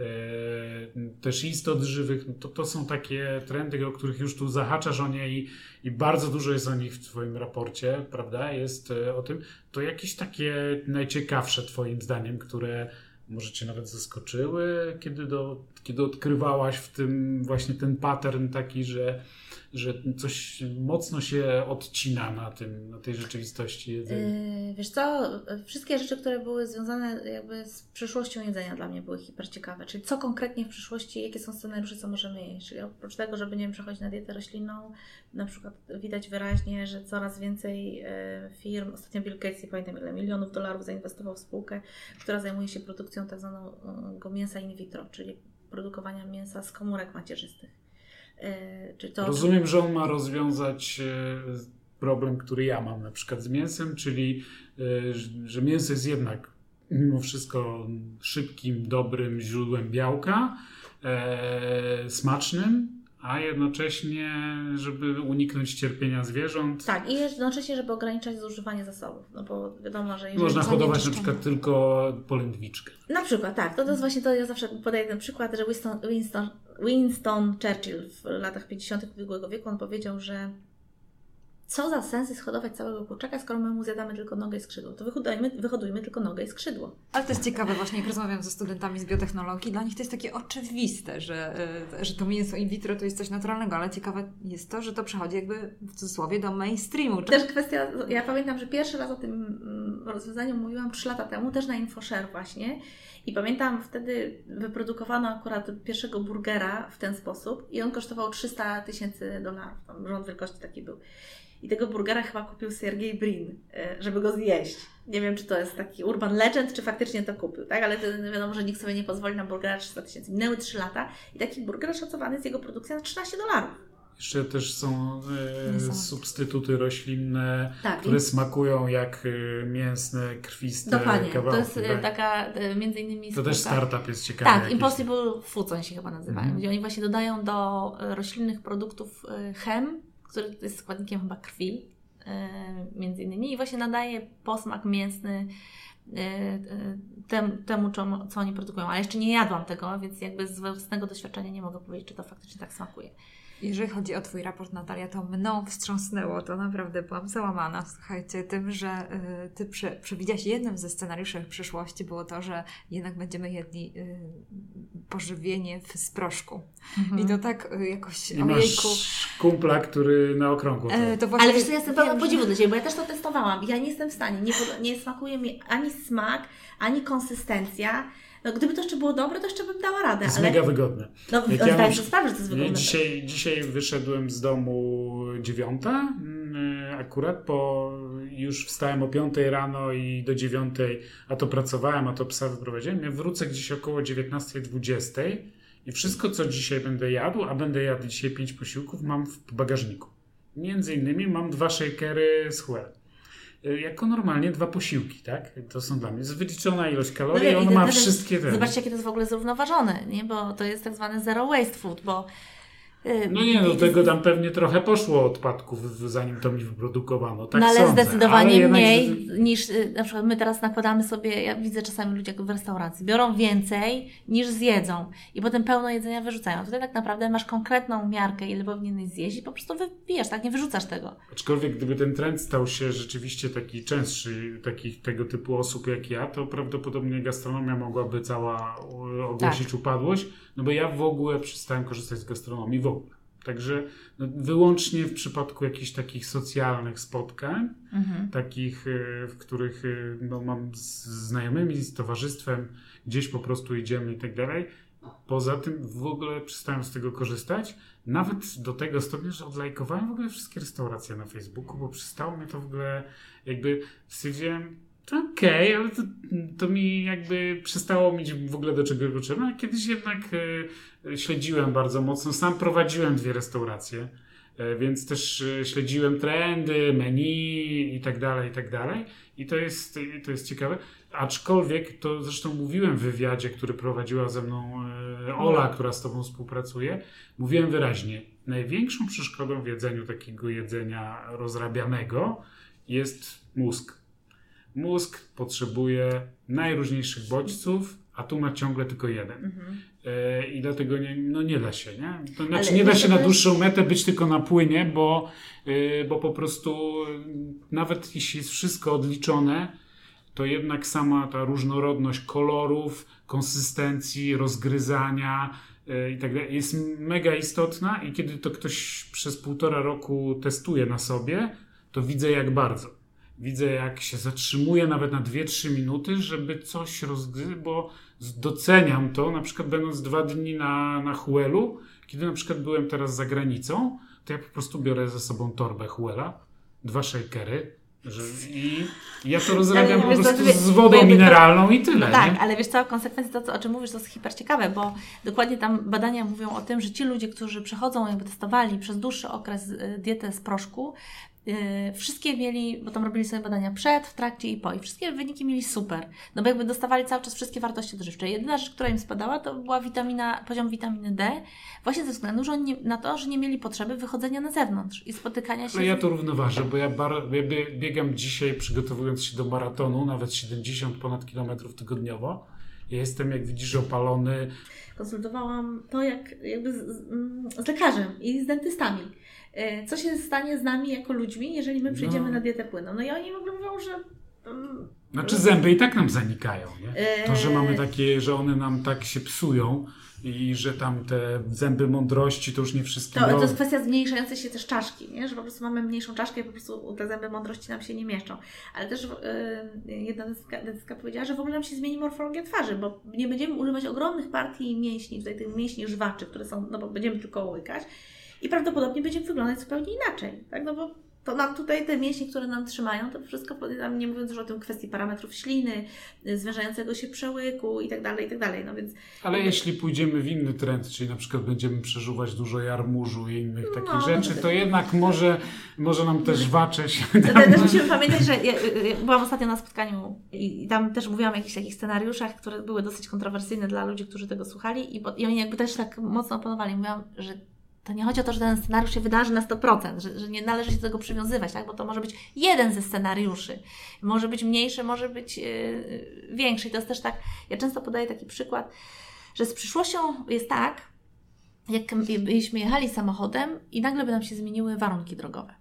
też istot żywych. To, to są takie trendy, o których już tu zahaczasz o nie i, i bardzo dużo jest o nich w twoim raporcie, prawda? Jest o tym. To jakieś takie najciekawsze twoim zdaniem, które może cię nawet zaskoczyły, kiedy, do, kiedy odkrywałaś w tym właśnie ten pattern taki, że, że coś mocno się odcina na tym, na tej rzeczywistości jedzenia. Yy, wiesz co, wszystkie rzeczy, które były związane jakby z przyszłością jedzenia dla mnie były hiper ciekawe. Czyli co konkretnie w przyszłości, jakie są scenariusze, co możemy jeść. Czyli oprócz tego, żeby nie wiem, przechodzić na dietę roślinną, na przykład widać wyraźnie, że coraz więcej firm, ostatnio Bill Gates, nie pamiętam ile milionów dolarów zainwestował w spółkę, która zajmuje się produkcją tak zwanego mięsa in vitro, czyli produkowania mięsa z komórek macierzystych. Czy to, Rozumiem, że on ma rozwiązać problem, który ja mam na przykład z mięsem, czyli że mięso jest jednak mimo wszystko szybkim, dobrym źródłem białka, e, smacznym, a jednocześnie, żeby uniknąć cierpienia zwierząt. Tak, i jednocześnie, żeby ograniczać zużywanie zasobów, no bo wiadomo, że jeżeli... Można hodować na przykład tylko polędwiczkę. Na przykład, tak. To, to jest właśnie to, ja zawsze podaję ten przykład, że Winston, Winston, Winston Churchill w latach pięćdziesiątych ubiegłego wieku, on powiedział, że co za sens jest hodować całego kurczaka, skoro my mu zjadamy tylko nogę i skrzydło. To wyhodujmy, wyhodujmy tylko nogę i skrzydło. Ale to jest ciekawe właśnie, jak rozmawiam ze studentami z biotechnologii, dla nich to jest takie oczywiste, że, że to mięso in vitro to jest coś naturalnego, ale ciekawe jest to, że to przechodzi jakby w cudzysłowie do mainstreamu. Też kwestia, ja pamiętam, że pierwszy raz o tym rozwiązaniu mówiłam trzy lata temu, też na InfoShare właśnie. I pamiętam, wtedy wyprodukowano akurat pierwszego burgera w ten sposób i on kosztował trzysta tysięcy dolarów. Tam rząd wielkości taki był. I tego burgera chyba kupił Sergej Brin, żeby go zjeść. Nie wiem, czy to jest taki urban legend, czy faktycznie to kupił, tak? Ale to wiadomo, że nikt sobie nie pozwoli na burgera trzysta tysięcy. Minęły trzy lata i taki burger szacowany jest jego produkcja na trzynaście dolarów. Jeszcze też są e, substytuty roślinne, tak, które i... smakują jak e, mięsne, krwiste Dokładnie. kawałki. To jest tak? taka e, między innymi To spółka. też startup jest ciekawy. Tak, jakiś. Impossible Foods oni się chyba nazywają, mm. gdzie oni właśnie dodają do roślinnych produktów chem, który jest składnikiem chyba krwi, między innymi, i właśnie nadaje posmak mięsny temu, temu co oni produkują. Ale jeszcze nie jadłam tego, więc jakby z własnego doświadczenia nie mogę powiedzieć, czy to faktycznie tak smakuje. Jeżeli chodzi o Twój raport, Natalia, to mną wstrząsnęło, to naprawdę byłam załamana, słuchajcie, tym, że y, Ty prze, przewidziałaś jednym ze scenariuszy przyszłości było to, że jednak będziemy jedli y, pożywienie w, z proszku. Mhm. I to tak y, jakoś, I ojejku. Masz kumpla, który na okrągło. E, to właśnie, ale wiesz co, ja jestem pełna podziwu do Ciebie, bo ja też to testowałam. Ja nie jestem w stanie, nie, nie smakuje mi ani smak, ani konsystencja. No, gdyby to jeszcze było dobre, to jeszcze bym dała radę. To jest ale... mega wygodne. No, zdaj sobie sprawę, że to jest wygodne. Dzisiaj, dzisiaj wyszedłem z domu dziewiąta akurat, bo już wstałem o piątej rano i do dziewiątej, a to pracowałem, a to psa wyprowadziłem. Ja wrócę gdzieś około dziewiętnastej, dwudziestej i wszystko, co dzisiaj będę jadł, a będę jadł dzisiaj pięć posiłków, mam w bagażniku. Między innymi mam dwa shakery z Huel. Jako normalnie dwa posiłki, tak? To są dla mnie jest wyliczona ilość kalorii, no, on ma wszystkie te. Zobaczcie, jakie to jest w ogóle zrównoważone, nie? Bo to jest tak zwany zero waste food, bo no nie, no tego tam pewnie trochę poszło odpadków, zanim to mi wyprodukowano. Tak no ale sądzę. zdecydowanie ale mniej jednak... niż na przykład my teraz nakładamy sobie, ja widzę czasami ludzi w restauracji, biorą więcej niż zjedzą i potem pełno jedzenia wyrzucają. Tutaj tak naprawdę masz konkretną miarkę, ile powinieneś zjeść i po prostu wypijasz, tak? Nie wyrzucasz tego. Aczkolwiek gdyby ten trend stał się rzeczywiście taki częstszy, takich tego typu osób jak ja, to prawdopodobnie gastronomia mogłaby cała ogłosić tak. upadłość, no bo ja w ogóle przestałem korzystać z gastronomii w ogóle. Także no, wyłącznie w przypadku jakichś takich socjalnych spotkań, mhm. takich, w których no, mam z znajomymi, z towarzystwem, gdzieś po prostu idziemy i tak dalej. Poza tym w ogóle przestałem z tego korzystać. Nawet do tego stopnia, że odlajkowałem w ogóle wszystkie restauracje na Facebooku, bo przestało mnie to w ogóle jakby stwierdziłem, to okej, okay, ale to, to mi jakby przestało mieć w ogóle do czego potrzebne. Kiedyś jednak e, śledziłem bardzo mocno. Sam prowadziłem dwie restauracje, e, więc też e, śledziłem trendy, menu i tak dalej, i tak dalej. I to jest, to jest ciekawe. Aczkolwiek, to zresztą mówiłem w wywiadzie, który prowadziła ze mną e, Ola, która z tobą współpracuje, mówiłem wyraźnie, największą przeszkodą w jedzeniu takiego jedzenia rozrabianego jest mózg. Mózg potrzebuje najróżniejszych bodźców, a tu ma ciągle tylko jeden. Mhm. E, I dlatego nie, no nie da się, nie? To znaczy Ale nie da się na dłuższą metę być tylko na płynie, bo, e, bo po prostu nawet jeśli jest wszystko odliczone, to jednak sama ta różnorodność kolorów, konsystencji, rozgryzania e, i tak dalej jest mega istotna i kiedy to ktoś przez półtora roku testuje na sobie, to widzę jak bardzo. Widzę, jak się zatrzymuję nawet na dwie trzy minuty, żeby coś rozgryźć, bo doceniam to, na przykład będąc dwa dni na, na Huelu, kiedy na przykład byłem teraz za granicą, to ja po prostu biorę ze sobą torbę Huela, dwa shakery że, i ja to rozrabiam po prostu co, z wodą mineralną to, i tyle. No tak, nie? Ale wiesz co, konsekwencje to, o czym mówisz, to jest hiper ciekawe, bo dokładnie tam badania mówią o tym, że ci ludzie, którzy przechodzą, jakby testowali przez dłuższy okres dietę z proszku, Yy, wszystkie mieli, bo tam robili sobie badania przed, w trakcie i po i wszystkie wyniki mieli super, no bo jakby dostawali cały czas wszystkie wartości odżywcze. Jedyna rzecz, która im spadała, to była witamina, poziom witaminy D, właśnie ze względu że nie, na to, że nie mieli potrzeby wychodzenia na zewnątrz i spotykania się. Ale ja to równoważę, bo ja, bar, ja biegam dzisiaj, przygotowując się do maratonu, nawet siedemdziesiąt ponad kilometrów tygodniowo. Ja jestem, jak widzisz, opalony. Konsultowałam to jak jakby z, z, z lekarzem i z dentystami. Co się stanie z nami jako ludźmi, jeżeli my przejdziemy no. na dietę płynną? No i oni w ogóle mówią, że... Um, znaczy zęby i tak nam zanikają, nie? To, że mamy takie, że one nam tak się psują i że tam te zęby mądrości to już nie wszystkim... To, to jest kwestia zmniejszającej się też czaszki, nie? Że po prostu mamy mniejszą czaszkę i po prostu te zęby mądrości nam się nie mieszczą. Ale też yy, jedna dentystka powiedziała, że w ogóle nam się zmieni morfologia twarzy, bo nie będziemy używać ogromnych partii mięśni, tutaj tych mięśni żwaczy, które są, no bo będziemy tylko łykać. I prawdopodobnie będziemy wyglądać zupełnie inaczej, tak? No bo to nam tutaj te mięśnie, które nam trzymają, to wszystko, nie mówiąc już o tym kwestii parametrów śliny, zwężającego się przełyku i tak dalej, i tak dalej, no więc... Ale jeśli pójdziemy w inny trend, czyli na przykład będziemy przeżuwać dużo jarmużu i innych takich no, rzeczy, to, to jednak może, może nam też żwacze się... To też musimy pamiętać, że ja, ja byłam ostatnio na spotkaniu i tam też mówiłam o jakichś takich scenariuszach, które były dosyć kontrowersyjne dla ludzi, którzy tego słuchali i, i oni jakby też tak mocno opanowali. Mówiłam, że to nie chodzi o to, że ten scenariusz się wydarzy na sto procent, że, że nie należy się do tego przywiązywać, tak? Bo to może być jeden ze scenariuszy. Może być mniejszy, może być yy, większy. I to jest też tak, ja często podaję taki przykład, że z przyszłością jest tak, jak byśmy jechali samochodem i nagle by nam się zmieniły warunki drogowe.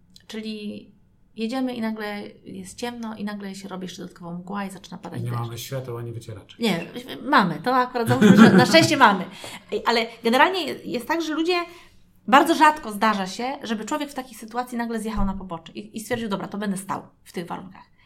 Czyli jedziemy i nagle jest ciemno i nagle się robi jeszcze dodatkowo mgła i zaczyna padać I nie deszcz. mamy świateł ani wycieraczy. Nie, mamy. To akurat załóżmy, że na szczęście mamy. Ale generalnie jest tak, że ludzie bardzo rzadko zdarza się, żeby człowiek w takiej sytuacji nagle zjechał na pobocze i, i stwierdził, dobra, to będę stał w tych warunkach.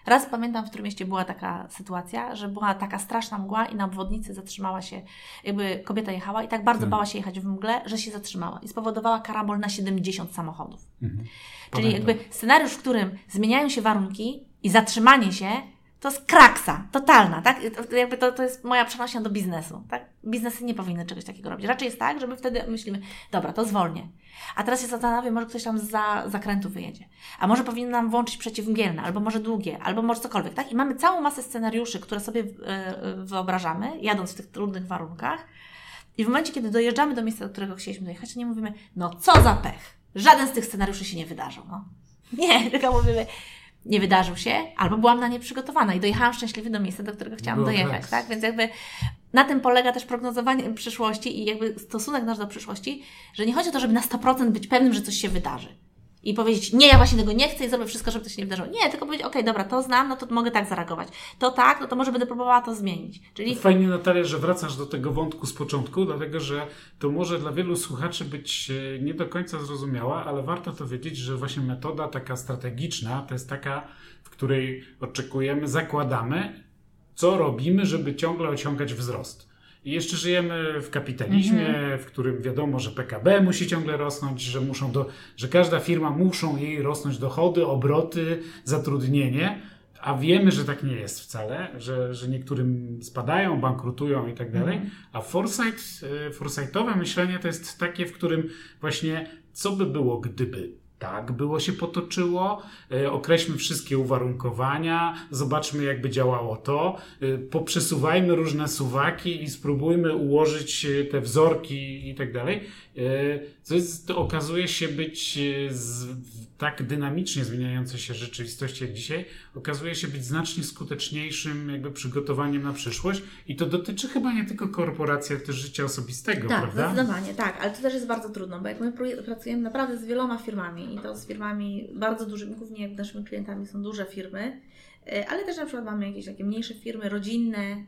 Raz pamiętam, w którym mieście była taka sytuacja, że była taka straszna mgła i na obwodnicy zatrzymała się, jakby kobieta jechała i tak bardzo hmm. bała się jechać w mgle, że się zatrzymała i spowodowała karambol na siedemdziesiąt samochodów. Hmm. Czyli jakby scenariusz, w którym zmieniają się warunki i zatrzymanie się, to jest kraksa, totalna, tak? To, jakby to, to jest moja przenośnia do biznesu, tak? Biznesy nie powinny czegoś takiego robić. Raczej jest tak, że my wtedy myślimy, dobra, to zwolnię. A teraz się zastanawiam, może ktoś tam za zakrętu wyjedzie. A może powinien nam włączyć przeciwmgielne, albo może długie, albo może cokolwiek, tak? I mamy całą masę scenariuszy, które sobie wyobrażamy, jadąc w tych trudnych warunkach. I w momencie, kiedy dojeżdżamy do miejsca, do którego chcieliśmy dojechać, to nie mówimy, no co za pech. Żaden z tych scenariuszy się nie wydarzył, no. Nie, tylko mówimy, nie wydarzył się, albo byłam na nie przygotowana i dojechałam szczęśliwie do miejsca, do którego chciałam Było dojechać, tak. tak? Więc jakby na tym polega też prognozowanie przyszłości i jakby stosunek nasz do przyszłości, że nie chodzi o to, żeby na sto procent być pewnym, że coś się wydarzy. I powiedzieć, nie, ja właśnie tego nie chcę i zrobię wszystko, żeby to się nie wydarzyło. Nie, tylko powiedzieć, okej, okay, dobra, to znam, no to mogę tak zareagować. To tak, no to może będę próbowała to zmienić. Czyli... Fajnie, Natalia, że wracasz do tego wątku z początku, dlatego że to może dla wielu słuchaczy być nie do końca zrozumiała, ale warto to wiedzieć, że właśnie metoda taka strategiczna to jest taka, w której oczekujemy, zakładamy, co robimy, żeby ciągle osiągać wzrost. I jeszcze żyjemy w kapitalizmie, mm-hmm. w którym wiadomo, że P K B musi ciągle rosnąć, że muszą do, że każda firma muszą jej rosnąć dochody, obroty, zatrudnienie, a wiemy, że tak nie jest wcale, że, że niektórym spadają, bankrutują i tak dalej. Mm-hmm. A foresight, foresightowe myślenie to jest takie, w którym właśnie co by było, gdyby tak było się potoczyło, e, określmy wszystkie uwarunkowania, zobaczmy jakby działało to, e, poprzesuwajmy różne suwaki i spróbujmy ułożyć te wzorki i tak dalej. E, co jest, to okazuje się być z, w tak dynamicznie zmieniającej się rzeczywistości jak dzisiaj, okazuje się być znacznie skuteczniejszym jakby przygotowaniem na przyszłość i to dotyczy chyba nie tylko korporacji, ale też życia osobistego, tak, prawda? Tak, zdecydowanie, tak, ale to też jest bardzo trudno, bo jak my pracujemy naprawdę z wieloma firmami i to z firmami bardzo dużymi, głównie jak naszymi klientami są duże firmy, ale też na przykład mamy jakieś takie mniejsze firmy, rodzinne,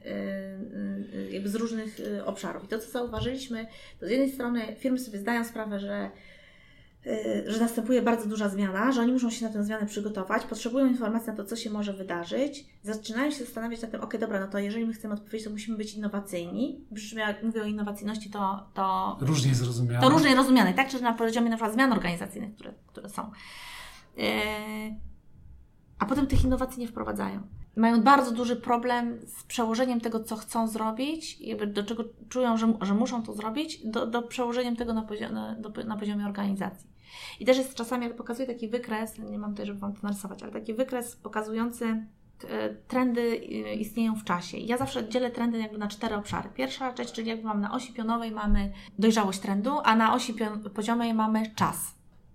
jakby z różnych obszarów. I to, co zauważyliśmy, to z jednej strony firmy sobie zdają sprawę, że że następuje bardzo duża zmiana, że oni muszą się na tę zmianę przygotować, potrzebują informacji na to, co się może wydarzyć, zaczynają się zastanawiać nad tym, ok, dobra, no to jeżeli my chcemy odpowiedzieć, to musimy być innowacyjni. Przy czym jak mówię o innowacyjności, to... to różnie zrozumiane. To różnie rozumiane, tak? Czy na poziomie na przykład zmian organizacyjnych, które, które są. Yy, a potem tych innowacji nie wprowadzają. Mają bardzo duży problem z przełożeniem tego, co chcą zrobić, jakby do czego czują, że, że muszą to zrobić, do, do przełożeniem tego na, poziom, na, do, na poziomie organizacji. I też jest czasami, jak pokazuję taki wykres, nie mam tutaj, żeby Wam to narysować, ale taki wykres pokazujący trendy istnieją w czasie. Ja zawsze dzielę trendy jakby na cztery obszary. Pierwsza część, czyli jakby mamy na osi pionowej mamy dojrzałość trendu, a na osi pion- poziomej mamy czas.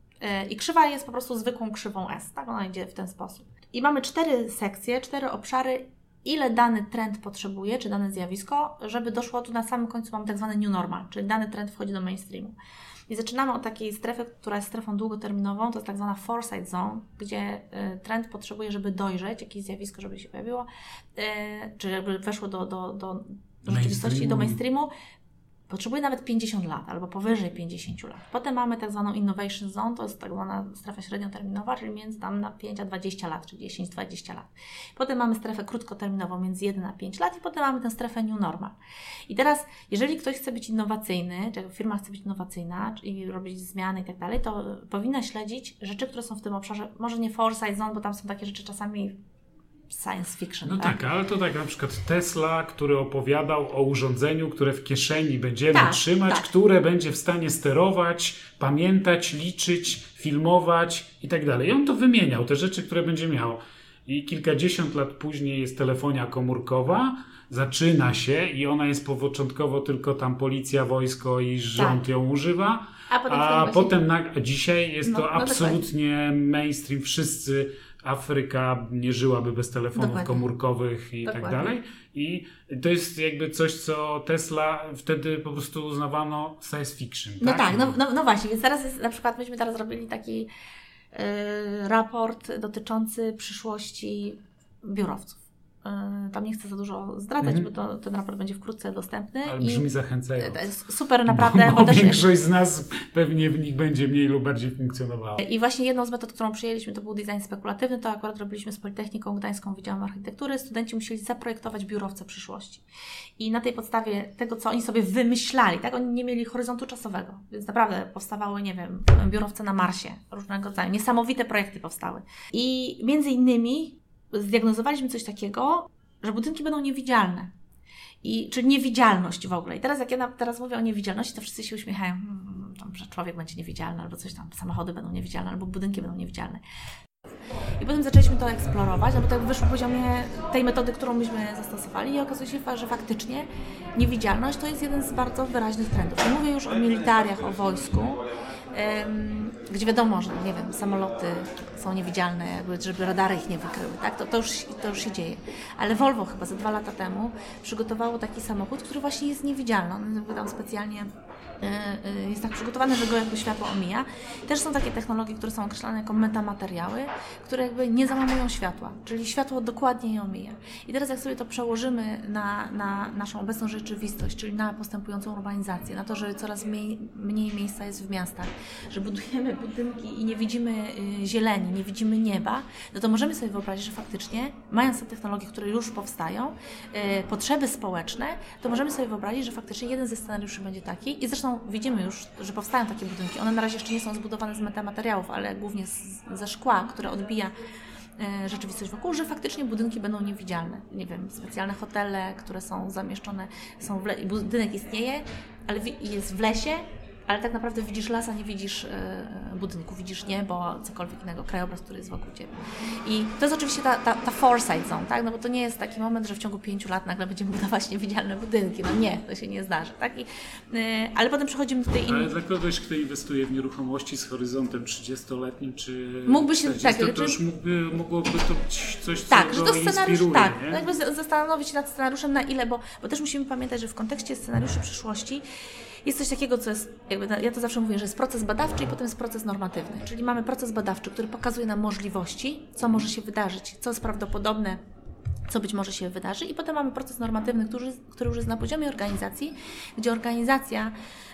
I krzywa jest po prostu zwykłą krzywą S, tak? Ona idzie w ten sposób. I mamy cztery sekcje, cztery obszary, ile dany trend potrzebuje, czy dane zjawisko, żeby doszło tu na samym końcu mamy tak zwany new normal, czyli dany trend wchodzi do mainstreamu. I zaczynamy od takiej strefy, która jest strefą długoterminową, to jest tak zwana foresight zone, gdzie y, trend potrzebuje, żeby dojrzeć, jakieś zjawisko, żeby się pojawiło, y, czy żeby weszło do, do, do, do rzeczywistości, do mainstreamu. Potrzebuje nawet pięćdziesiąt lat, albo powyżej pięćdziesiąt lat. Potem mamy tak zwaną innovation zone, to jest tak zwana strefa średnioterminowa, czyli między tam na pięć a dwadzieścia lat, czy dziesięć do dwudziestu lat. Potem mamy strefę krótkoterminową między jeden a pięć lat i potem mamy tę strefę new normal. I teraz, jeżeli ktoś chce być innowacyjny, czy firma chce być innowacyjna i robić zmiany i tak dalej, to powinna śledzić rzeczy, które są w tym obszarze, może nie foresight zone, bo tam są takie rzeczy czasami science fiction. No tak? tak, ale to tak na przykład Tesla, który opowiadał o urządzeniu, które w kieszeni będziemy tak, trzymać, tak. które będzie w stanie sterować, pamiętać, liczyć, filmować i tak dalej. I on to wymieniał, te rzeczy, które będzie miał. I kilkadziesiąt lat później jest telefonia komórkowa, zaczyna się i ona jest początkowo tylko tam policja, wojsko i rząd tak. ją używa, a potem, a potem na, dzisiaj jest no, to no absolutnie tak. mainstream, wszyscy Afryka nie żyłaby bez telefonów Dokładnie. komórkowych i Dokładnie. tak dalej. I to jest jakby coś, co Tesla wtedy po prostu uznawano science fiction. No tak, tak, no, no, no właśnie, więc teraz jest, na przykład myśmy teraz robili taki yy, raport dotyczący przyszłości biurowców. Tam nie chcę za dużo zdradzać, mm-hmm. bo to, ten raport będzie wkrótce dostępny. Ale brzmi zachęcająco. Super, naprawdę. Bo, bo, bo większość z nas pewnie w nich będzie mniej lub bardziej funkcjonowała. I właśnie jedną z metod, którą przyjęliśmy, to był design spekulatywny. To akurat robiliśmy z Politechniką Gdańską, Wydziałem Architektury. Studenci musieli zaprojektować biurowce przyszłości. I na tej podstawie tego, co oni sobie wymyślali, tak, oni nie mieli horyzontu czasowego. Więc naprawdę powstawały, nie wiem, biurowce na Marsie, różnego rodzaju. Niesamowite projekty powstały. I między innymi zdiagnozowaliśmy coś takiego, że budynki będą niewidzialne. I, czyli niewidzialność w ogóle. I teraz jak ja teraz mówię o niewidzialności, to wszyscy się uśmiechają, hmm, tam, że człowiek będzie niewidzialny, albo coś tam, samochody będą niewidzialne, albo budynki będą niewidzialne. I potem zaczęliśmy to eksplorować, no bo tak wyszło w poziomie tej metody, którą myśmy zastosowali i okazuje się, że faktycznie niewidzialność to jest jeden z bardzo wyraźnych trendów. Nie mówię już o militariach, o wojsku, ym, gdzie wiadomo, że nie wiem, samoloty są niewidzialne, jakby, żeby radary ich nie wykryły, tak? To, to, już, to już się dzieje. Ale Volvo chyba ze dwa lata temu przygotowało taki samochód, który właśnie jest niewidzialny. On wydał specjalnie jest tak przygotowany, że go jakby światło omija. Też są takie technologie, które są określane jako metamateriały, które jakby nie załamują światła, czyli światło dokładnie je omija. I teraz jak sobie to przełożymy na, na naszą obecną rzeczywistość, czyli na postępującą urbanizację, na to, że coraz mniej, mniej miejsca jest w miastach, że budujemy budynki i nie widzimy zieleni, nie widzimy nieba, no to możemy sobie wyobrazić, że faktycznie, mając te technologie, które już powstają, potrzeby społeczne, to możemy sobie wyobrazić, że faktycznie jeden ze scenariuszy będzie taki i zresztą widzimy już, że powstają takie budynki. One na razie jeszcze nie są zbudowane z metamateriałów, ale głównie z, ze szkła, które odbija e, rzeczywistość wokół, że faktycznie budynki będą niewidzialne. Nie wiem, specjalne hotele, które są zamieszczone, są w le- budynek istnieje, ale w- jest w lesie, ale tak naprawdę widzisz las, a nie widzisz e, budynku, widzisz niebo, cokolwiek innego, krajobraz, który jest wokół Ciebie. I to jest oczywiście ta, ta, ta foresight zone, tak? No bo to nie jest taki moment, że w ciągu pięciu lat nagle będziemy budować niewidzialne budynki. No nie, to się nie zdarzy, tak? I, e, ale potem przechodzimy do tej innej... Ale dla kogoś, kto inwestuje w nieruchomości z horyzontem trzydziestoletnim, czy... Mógłby się... Tak, to, to czy... już mógłby, mogłoby to być coś, co tak, go że to scenariusz, inspiruje, tak, nie? jakby zastanowić się nad scenariuszem, na ile, bo, bo też musimy pamiętać, że w kontekście scenariuszy przyszłości jest coś takiego, co jest, jakby, ja to zawsze mówię, że jest proces badawczy i potem jest proces normatywny. Czyli mamy proces badawczy, który pokazuje nam możliwości, co może się wydarzyć, co jest prawdopodobne, co być może się wydarzy, i potem mamy proces normatywny, który, który już jest na poziomie organizacji, gdzie organizacja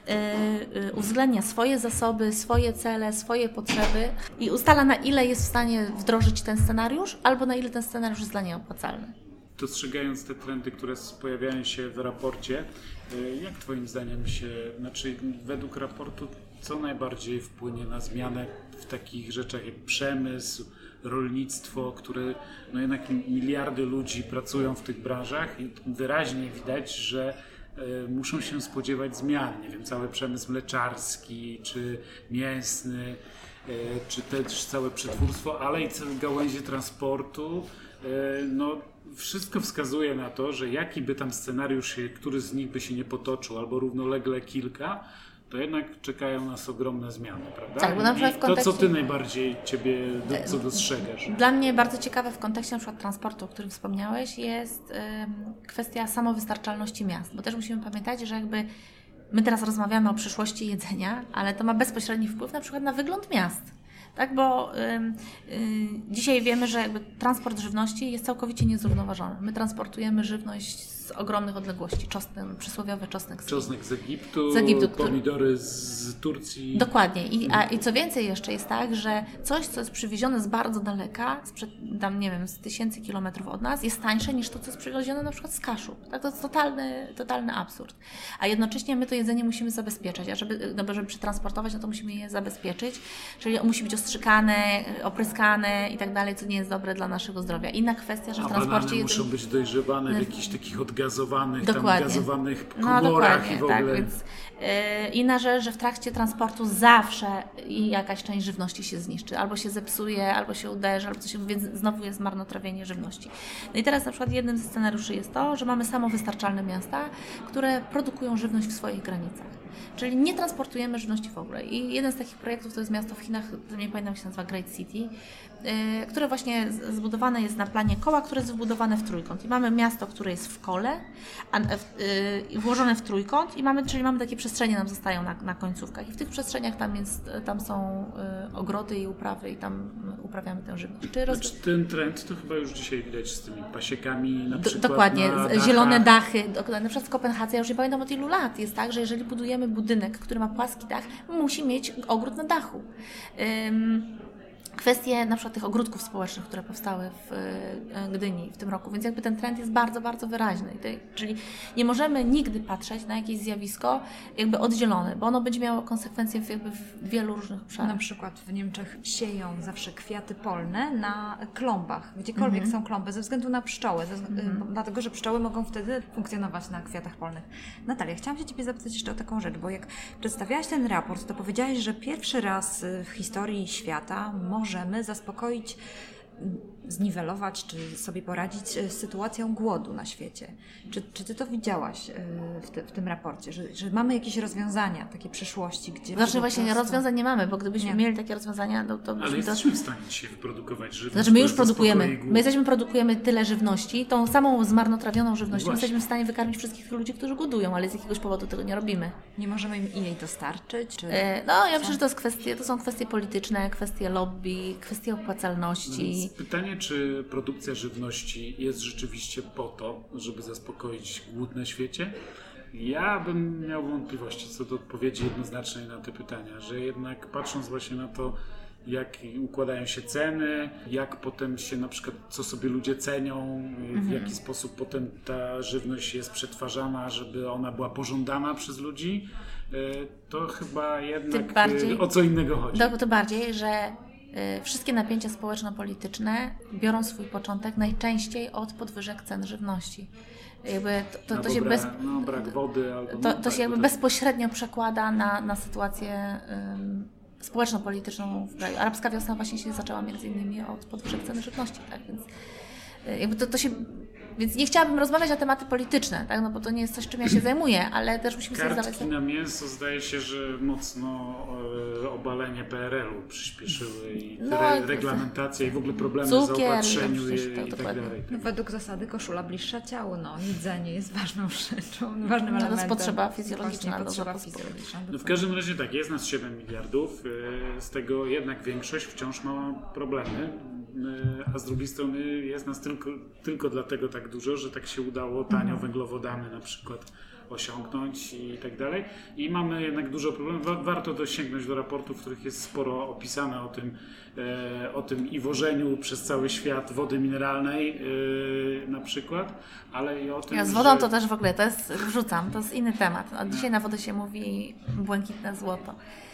yy, yy, uwzględnia swoje zasoby, swoje cele, swoje potrzeby i ustala, na ile jest w stanie wdrożyć ten scenariusz, albo na ile ten scenariusz jest dla niej opłacalny. Dostrzegając te trendy, które pojawiają się w raporcie, jak Twoim zdaniem się, znaczy według raportu, co najbardziej wpłynie na zmianę w takich rzeczach jak przemysł, rolnictwo, które no jednak miliardy ludzi pracują w tych branżach i wyraźnie widać, że y, muszą się spodziewać zmian. Nie wiem, cały przemysł mleczarski czy mięsny, y, czy też całe przetwórstwo, ale i całe gałęzie transportu. Y, no, wszystko wskazuje na to, że jaki by tam scenariusz, się, który z nich by się nie potoczył, albo równolegle kilka, to jednak czekają nas ogromne zmiany, prawda? Tak, bo na przykład w kontekście... To, co Ty najbardziej Ciebie, co dostrzegasz? Dla mnie bardzo ciekawe w kontekście na przykład transportu, o którym wspomniałeś, jest ym, kwestia samowystarczalności miast, bo też musimy pamiętać, że jakby my teraz rozmawiamy o przyszłości jedzenia, ale to ma bezpośredni wpływ na przykład na wygląd miast. Tak, bo y, y, dzisiaj wiemy, że jakby transport żywności jest całkowicie niezrównoważony. My transportujemy żywność z ogromnych odległości. Czosnek, przysłowiowy czosnek z, czosnek z Egiptu, z Egiptu, pomidory z Turcji. Dokładnie. I, a, I co więcej jeszcze jest tak, że coś, co jest przywiezione z bardzo daleka, sprzed, tam nie wiem, z tysięcy kilometrów od nas, jest tańsze niż to, co jest przywiezione na przykład z Kaszub. Tak, to jest totalny, totalny absurd. A jednocześnie my to jedzenie musimy zabezpieczać. A żeby, no, żeby przetransportować, no to musimy je zabezpieczyć. Czyli musi być ostrzykane, opryskane i tak dalej, co nie jest dobre dla naszego zdrowia. Inna kwestia, że w a transporcie... banany muszą być dojrzewane w jakichś takich odgazowanych, dokładnie. tam gazowanych no, komorach i w ogóle. Tak, więc yy, inna rzecz, że w trakcie transportu zawsze jakaś część żywności się zniszczy. Albo się zepsuje, albo się uderzy, albo coś, więc znowu jest marnotrawienie żywności. No i teraz na przykład jednym ze scenariuszy jest to, że mamy samowystarczalne miasta, które produkują żywność w swoich granicach. Czyli nie transportujemy żywności w ogóle. I jeden z takich projektów to jest miasto w Chinach, nie pamiętam jak się nazywa, Great City, yy, które właśnie zbudowane jest na planie koła, które jest wbudowane w trójkąt. I mamy miasto, które jest w kole, a, yy, włożone w trójkąt i mamy, czyli mamy takie przestrzenie, nam zostają na, na końcówkach. I w tych przestrzeniach tam, jest, tam są yy, ogrody i uprawy i tam uprawiamy tę żywność. Czy roz... znaczy, ten trend to chyba już dzisiaj widać z tymi pasiekami na przykład. D- dokładnie, na zielone dachy. Na przykład w Kopenhadze, ja już nie pamiętam od ilu lat, jest tak, że jeżeli budujemy budynek, który ma płaski dach, musi mieć ogród na dachu. Ym, Kwestie na przykład tych ogródków społecznych, które powstały w Gdyni w tym roku, więc jakby ten trend jest bardzo, bardzo wyraźny. Czyli nie możemy nigdy patrzeć na jakieś zjawisko jakby oddzielone, bo ono będzie miało konsekwencje w, jakby w wielu różnych obszarach. Na przykład w Niemczech sieją zawsze kwiaty polne na klombach, gdziekolwiek mm-hmm. są klomby, ze względu na pszczoły, ze względu, mm-hmm. dlatego, że pszczoły mogą wtedy funkcjonować na kwiatach polnych. Natalia, chciałam się Ciebie zapytać jeszcze o taką rzecz, bo jak przedstawiałaś ten raport, to powiedziałaś, że pierwszy raz w historii świata możemy zaspokoić, zniwelować, czy sobie poradzić z sytuacją głodu na świecie. Czy, czy Ty to widziałaś w, te, w tym raporcie, że, że mamy jakieś rozwiązania, takie przyszłości, gdzie... Znaczy właśnie prostu... rozwiązań nie mamy, bo gdybyśmy nie. mieli takie rozwiązania, no to... Ale jesteśmy w stanie dzisiaj wyprodukować żywność. Znaczy my już produkujemy. My jesteśmy, produkujemy tyle żywności, tą samą zmarnotrawioną żywność, my jesteśmy w stanie wykarmić wszystkich ludzi, którzy głodują, ale z jakiegoś powodu tego nie robimy. Nie możemy im jej dostarczyć? Czy... No ja myślę, że to, jest kwestie, to są kwestie polityczne, kwestie lobby, kwestie opłacalności. Więc pytanie, czy produkcja żywności jest rzeczywiście po to, żeby zaspokoić głód na świecie? Ja bym miał wątpliwości co do odpowiedzi jednoznacznej na te pytania, że jednak patrząc właśnie na to, jak układają się ceny, jak potem się na przykład, co sobie ludzie cenią, mhm. w jaki sposób potem ta żywność jest przetwarzana, żeby ona była pożądana przez ludzi, to chyba jednak bardziej, o co innego chodzi. To, to bardziej, że wszystkie napięcia społeczno-polityczne biorą swój początek najczęściej od podwyżek cen żywności. Jakby to, to, to się bra, bez, no, brak wody. Albo to, to tak, się jakby tak. bezpośrednio przekłada na, na sytuację um, społeczno-polityczną w kraju. Arabska wiosna właśnie się zaczęła między innymi od podwyżek cen żywności, tak? Więc jakby to, to się... Więc nie chciałabym rozmawiać na tematy polityczne, tak? No bo to nie jest coś, czym ja się zajmuję, ale też musimy Kartki sobie zdawać... na mięso zdaje się, że mocno e, obalenie P R L u przyspieszyły i no, re, reglamentacja i w ogóle problemy cukier, w zaopatrzeniu i, to, i tak dalej. No, według zasady koszula bliższa ciału, no jedzenie jest ważną rzeczą, ważnym no, elementem. To jest potrzeba fizjologiczna. Właśnie, potrzeba fizjologiczna. No w każdym razie tak, jest nas siedem miliardów, z tego jednak większość wciąż ma problemy, a z drugiej strony jest nas tylko, tylko dlatego tak dużo, że tak się udało tanio mhm. węglowodany na przykład osiągnąć i tak dalej. I mamy jednak dużo problemów. Warto dosięgnąć do raportów, w których jest sporo opisane o tym, e, o tym i wożeniu przez cały świat wody mineralnej e, na przykład, ale i o tym, ja z wodą że... to też w ogóle, to jest, wrzucam, to jest inny temat. Od dzisiaj na wodę się mówi błękitne złoto.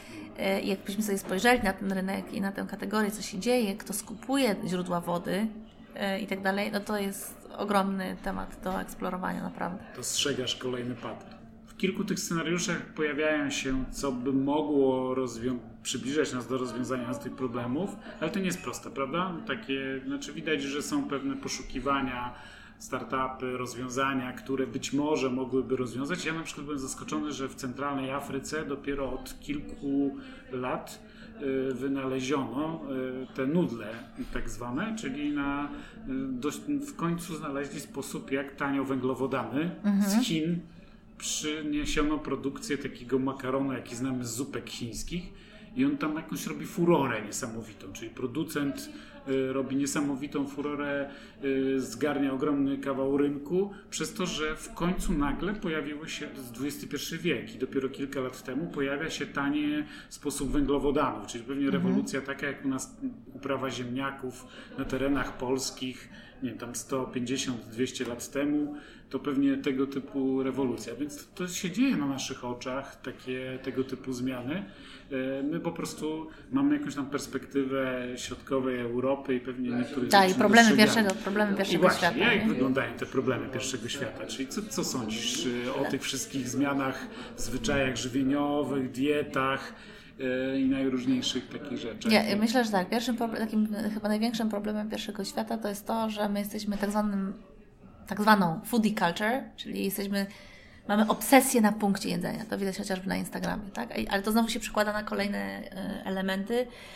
I jakbyśmy sobie spojrzeli na ten rynek i na tę kategorię, co się dzieje, kto skupuje źródła wody i tak dalej, no to jest ogromny temat do eksplorowania naprawdę. Dostrzegasz kolejny pattern. W kilku tych scenariuszach pojawiają się, co by mogło rozwią- przybliżać nas do rozwiązania z tych problemów, ale to nie jest proste, prawda? Takie, znaczy widać, że są pewne poszukiwania, startupy, rozwiązania, które być może mogłyby rozwiązać. Ja na przykład byłem zaskoczony, że w centralnej Afryce dopiero od kilku lat y, wynaleziono y, te nudle tak zwane, czyli na, y, dość, w końcu znaleźli sposób, jak tanio węglowodany mhm. z Chin przyniesiono produkcję takiego makaronu, jaki znamy z zupek chińskich i on tam jakąś robi furorę niesamowitą, czyli producent robi niesamowitą furorę, zgarnia ogromny kawał rynku, przez to, że w końcu nagle pojawiły się, to jest dwudziesty pierwszy wiek i dopiero kilka lat temu pojawia się tanie sposób węglowodanów, czyli pewnie mhm. rewolucja taka jak u nas uprawa ziemniaków na terenach polskich, nie wiem, tam sto pięćdziesiąt dwieście lat temu, to pewnie tego typu rewolucja, więc to się dzieje na naszych oczach, takie tego typu zmiany. My po prostu mamy jakąś tam perspektywę środkowej Europy i pewnie niektórych tak, i problemy pierwszego, problemy pierwszego I właśnie, świata. Jak nie? wyglądają te problemy pierwszego świata? Czyli co, co sądzisz o tych wszystkich zmianach w zwyczajach żywieniowych, dietach i najróżniejszych takich rzeczach? Ja myślę, że tak. Pierwszym takim chyba największym problemem pierwszego świata to jest to, że my jesteśmy tak zwanym tak zwaną foodie culture, czyli jesteśmy mamy obsesję na punkcie jedzenia. To widać chociażby na Instagramie, tak? Ale to znowu się przekłada na kolejne elementy,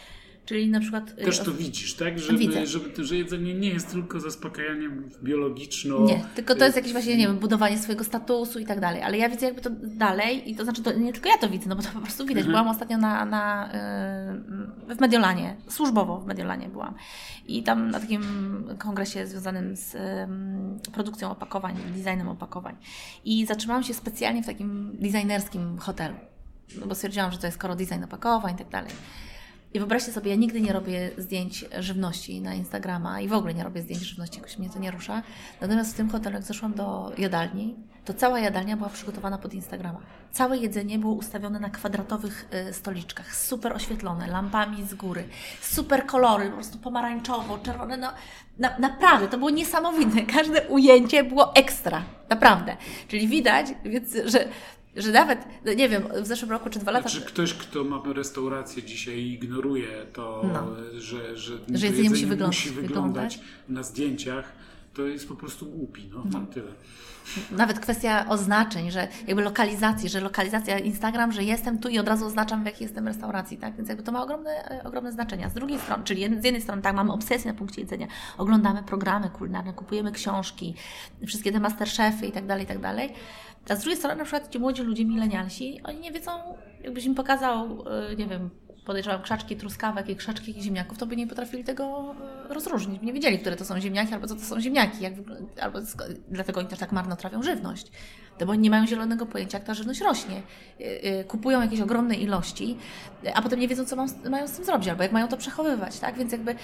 Czyli na przykład... Też to widzisz, tak? Żeby, Widzę. żeby, że jedzenie nie jest tylko zaspokajaniem biologiczno... Nie, tylko to jest jakieś właśnie, nie wiem, budowanie swojego statusu i tak dalej. Ale ja widzę jakby to dalej i to znaczy, to nie tylko ja to widzę, no bo to po prostu widać. Mhm. Byłam ostatnio na, na, w Mediolanie, służbowo w Mediolanie byłam. I tam na takim kongresie związanym z produkcją opakowań, designem opakowań. I zatrzymałam się specjalnie w takim designerskim hotelu. No bo stwierdziłam, że to jest skoro design opakowań i tak dalej. I wyobraźcie sobie, ja nigdy nie robię zdjęć żywności na Instagrama i w ogóle nie robię zdjęć żywności, jakoś mnie to nie rusza. Natomiast w tym hotelu, jak zeszłam do jadalni, to cała jadalnia była przygotowana pod Instagrama. Całe jedzenie było ustawione na kwadratowych y, stoliczkach, super oświetlone, lampami z góry, super kolory, po prostu pomarańczowo, czerwone, no na, naprawdę, to było niesamowite. Każde ujęcie było ekstra, naprawdę. Czyli widać, więc, że że nawet, no nie wiem, w zeszłym roku czy dwa lata... Czy ktoś, kto ma restaurację dzisiaj i ignoruje to, no. że, że, że jedzenie musi, wyglądać, musi wyglądać na zdjęciach, to jest po prostu głupi, no, no. Tyle. Nawet kwestia oznaczeń, że jakby lokalizacji, że lokalizacja Instagram, że jestem tu i od razu oznaczam, w jakiej jestem restauracji, tak? Więc jakby to ma ogromne, ogromne znaczenia. Z drugiej strony, czyli z jednej strony tak, mamy obsesję na punkcie jedzenia, oglądamy programy kulinarne, kupujemy książki, wszystkie te masterchefy i tak dalej, i tak dalej. A z drugiej strony na przykład ci młodzi ludzie, milenialsi, oni nie wiedzą, jakbyś im pokazał, nie wiem, podejrzewam krzaczki truskawek i krzaczki ziemniaków, to by nie potrafili tego rozróżnić. Nie wiedzieli, które to są ziemniaki, albo co to są ziemniaki, jak, albo dlatego oni też tak marnotrawią żywność. To bo oni nie mają zielonego pojęcia, jak ta żywność rośnie. Kupują jakieś ogromne ilości, a potem nie wiedzą, co mają z tym zrobić, albo jak mają to przechowywać, tak? Więc jakby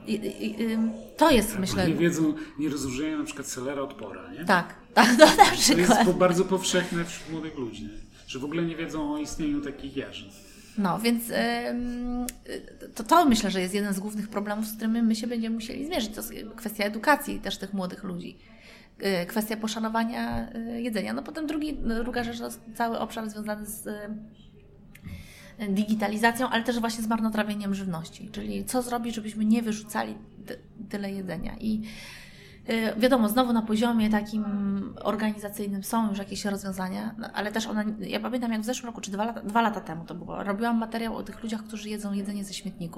to jest, tak, myślę... Nie wiedzą, nie rozróżniają na przykład selera od pora, nie? Tak, tak, no, na przykład. To jest bardzo powszechne wśród młodych ludzi, nie? Że w ogóle nie wiedzą o istnieniu takich jarzyn. No, więc to, to myślę, że jest jeden z głównych problemów, z którymi my się będziemy musieli zmierzyć. To jest kwestia edukacji też tych młodych ludzi. Kwestia poszanowania jedzenia. No potem drugi, druga rzecz to cały obszar związany z digitalizacją, ale też właśnie z marnotrawieniem żywności. Czyli co zrobić, żebyśmy nie wyrzucali t- tyle jedzenia. I wiadomo, znowu na poziomie takim organizacyjnym są już jakieś rozwiązania, no, ale też ona, ja pamiętam jak w zeszłym roku, czy dwa lata, dwa lata temu to było, robiłam materiał o tych ludziach, którzy jedzą jedzenie ze śmietników.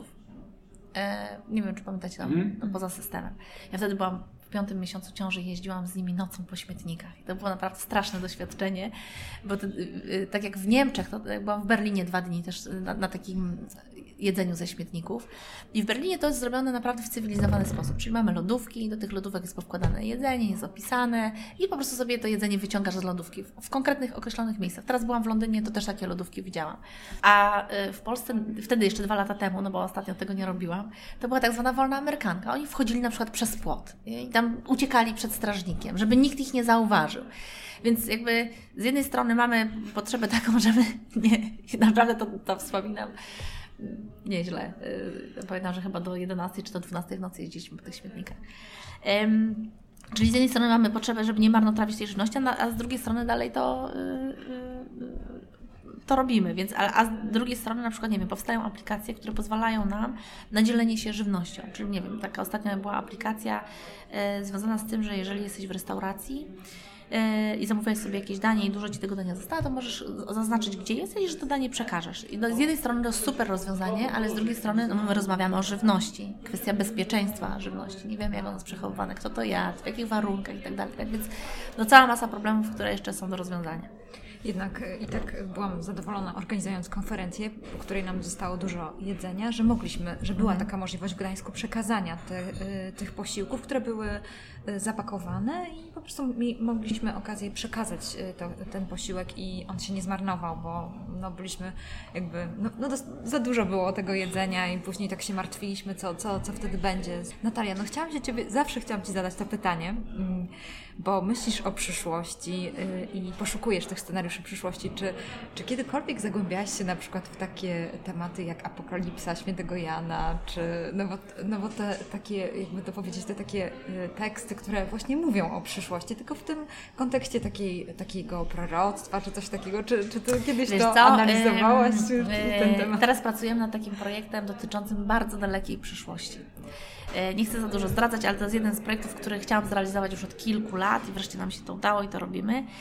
E, nie wiem, czy pamiętacie tam, mm. no, poza systemem. Ja wtedy byłam w piątym miesiącu ciąży, jeździłam z nimi nocą po śmietnikach. I to było naprawdę straszne doświadczenie, bo to, tak jak w Niemczech, to jak byłam w Berlinie dwa dni też na, na takim jedzeniu ze śmietników. I w Berlinie to jest zrobione naprawdę w cywilizowany sposób. Czyli mamy lodówki, do tych lodówek jest powkładane jedzenie, jest opisane i po prostu sobie to jedzenie wyciągasz z lodówki w, w konkretnych, określonych miejscach. Teraz byłam w Londynie, to też takie lodówki widziałam. A w Polsce, wtedy jeszcze dwa lata temu, no bo ostatnio tego nie robiłam, to była tak zwana wolna amerykanka. Oni wchodzili na przykład przez płot i tam uciekali przed strażnikiem, żeby nikt ich nie zauważył. Więc jakby z jednej strony mamy potrzebę taką, żeby nie, naprawdę to, to wspominam, nieźle. Yy, pamiętam, że chyba do jedenastej czy do dwunastej w nocy jeździliśmy po tych śmietnikach. Ym, czyli z jednej strony mamy potrzebę, żeby nie marnotrawić tej żywności, a, a z drugiej strony dalej to, yy, yy, to robimy. Więc, a, a z drugiej strony na przykład, nie wiem, powstają aplikacje, które pozwalają nam na dzielenie się żywnością. Czyli nie wiem, taka ostatnio była aplikacja yy, związana z tym, że jeżeli jesteś w restauracji i zamówiłeś sobie jakieś danie i dużo Ci tego dania zostało, to możesz zaznaczyć, gdzie jesteś i że to danie przekażesz. I no, z jednej strony to jest super rozwiązanie, ale z drugiej strony no, my rozmawiamy o żywności. Kwestia bezpieczeństwa żywności. Nie wiemy, jak ona jest przechowywana, kto to jadł, w jakich warunkach i tak dalej. Więc no, cała masa problemów, które jeszcze są do rozwiązania. Jednak i tak byłam zadowolona organizując konferencję, po której nam zostało dużo jedzenia, że mogliśmy, że była taka możliwość w Gdańsku przekazania te, tych posiłków, które były zapakowane i po prostu mi, mogliśmy okazję przekazać to, ten posiłek i on się nie zmarnował, bo no, byliśmy jakby, no, no za dużo było tego jedzenia i później tak się martwiliśmy, co, co, co wtedy będzie. Natalia, no chciałam się Ciebie, zawsze chciałam Ci zadać to pytanie, bo myślisz o przyszłości i poszukujesz tych scenariuszy przyszłości. Czy, czy kiedykolwiek zagłębiałaś się na przykład w takie tematy jak Apokalipsa Świętego Jana, czy no bo, no bo te takie, jakby to powiedzieć, te takie teksty, które właśnie mówią o przyszłości, tylko w tym kontekście takiej, takiego proroctwa, czy coś takiego. Czy, czy ty kiedyś Wiesz to co? analizowałaś Yy, ten temat? Teraz pracujemy nad takim projektem dotyczącym bardzo dalekiej przyszłości. Nie chcę za dużo zdradzać, ale to jest jeden z projektów, który chciałam zrealizować już od kilku lat i wreszcie nam się to udało i to robimy.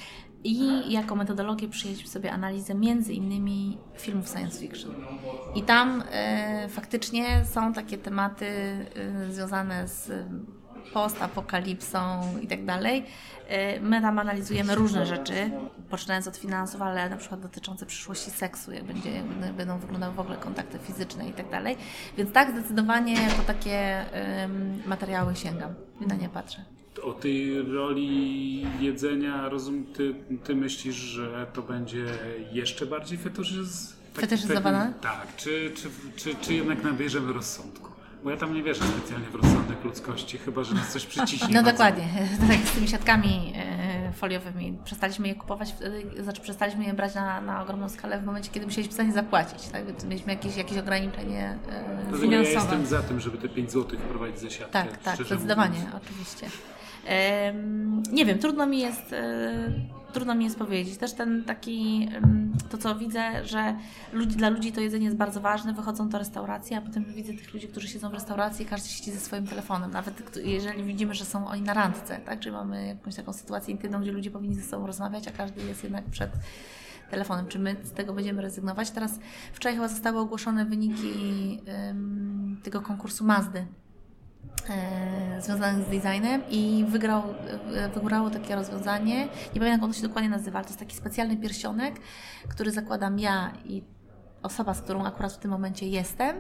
i jako metodologię przyjęliśmy sobie analizę między innymi filmów science fiction. I tam e, faktycznie są takie tematy e, związane z postapokalipsą i tak dalej. My tam analizujemy różne rzeczy, poczynając od finansów, ale na przykład dotyczące przyszłości seksu, jak, będzie, jak będą wyglądały w ogóle kontakty fizyczne i tak dalej. Więc tak, zdecydowanie po takie um, materiały sięgam i na nie patrzę. O tej roli jedzenia, rozum, ty, ty myślisz, że to będzie jeszcze bardziej fetyszyz... tak, fetyszyzowane? Tak, czy, czy, czy, czy jednak nabierzemy rozsądku? Bo ja tam nie wierzę specjalnie w rozsądek ludzkości, chyba że nas coś przyciśnie. No dokładnie, tak z tymi siatkami e, foliowymi. Przestaliśmy je kupować, wtedy, znaczy przestaliśmy je brać na, na ogromną skalę w momencie, kiedy musieliśmy za nie zapłacić. Tak? Mieliśmy jakieś, jakieś ograniczenie e, finansowe. Ja jestem za tym, żeby te pięć złotych wprowadzić ze siatki. Tak, tak, zdecydowanie, mówiąc. Oczywiście. E, nie wiem, trudno mi jest... E, Trudno mi jest powiedzieć. Też ten taki, to co widzę, że ludzi, dla ludzi to jedzenie jest bardzo ważne, wychodzą do restauracji, a potem widzę tych ludzi, którzy siedzą w restauracji i każdy siedzi ze swoim telefonem. Nawet jeżeli widzimy, że są oni na randce, tak? Czyli mamy jakąś taką sytuację intymną, gdzie ludzie powinni ze sobą rozmawiać, a każdy jest jednak przed telefonem. Czy my z tego będziemy rezygnować? Teraz wczoraj chyba zostały ogłoszone wyniki um, tego konkursu Mazdy związanych z designem i wygrał, wygrało takie rozwiązanie, nie pamiętam jak ono się dokładnie nazywa, ale to jest taki specjalny pierścionek, który zakładam ja i osoba, z którą akurat w tym momencie jestem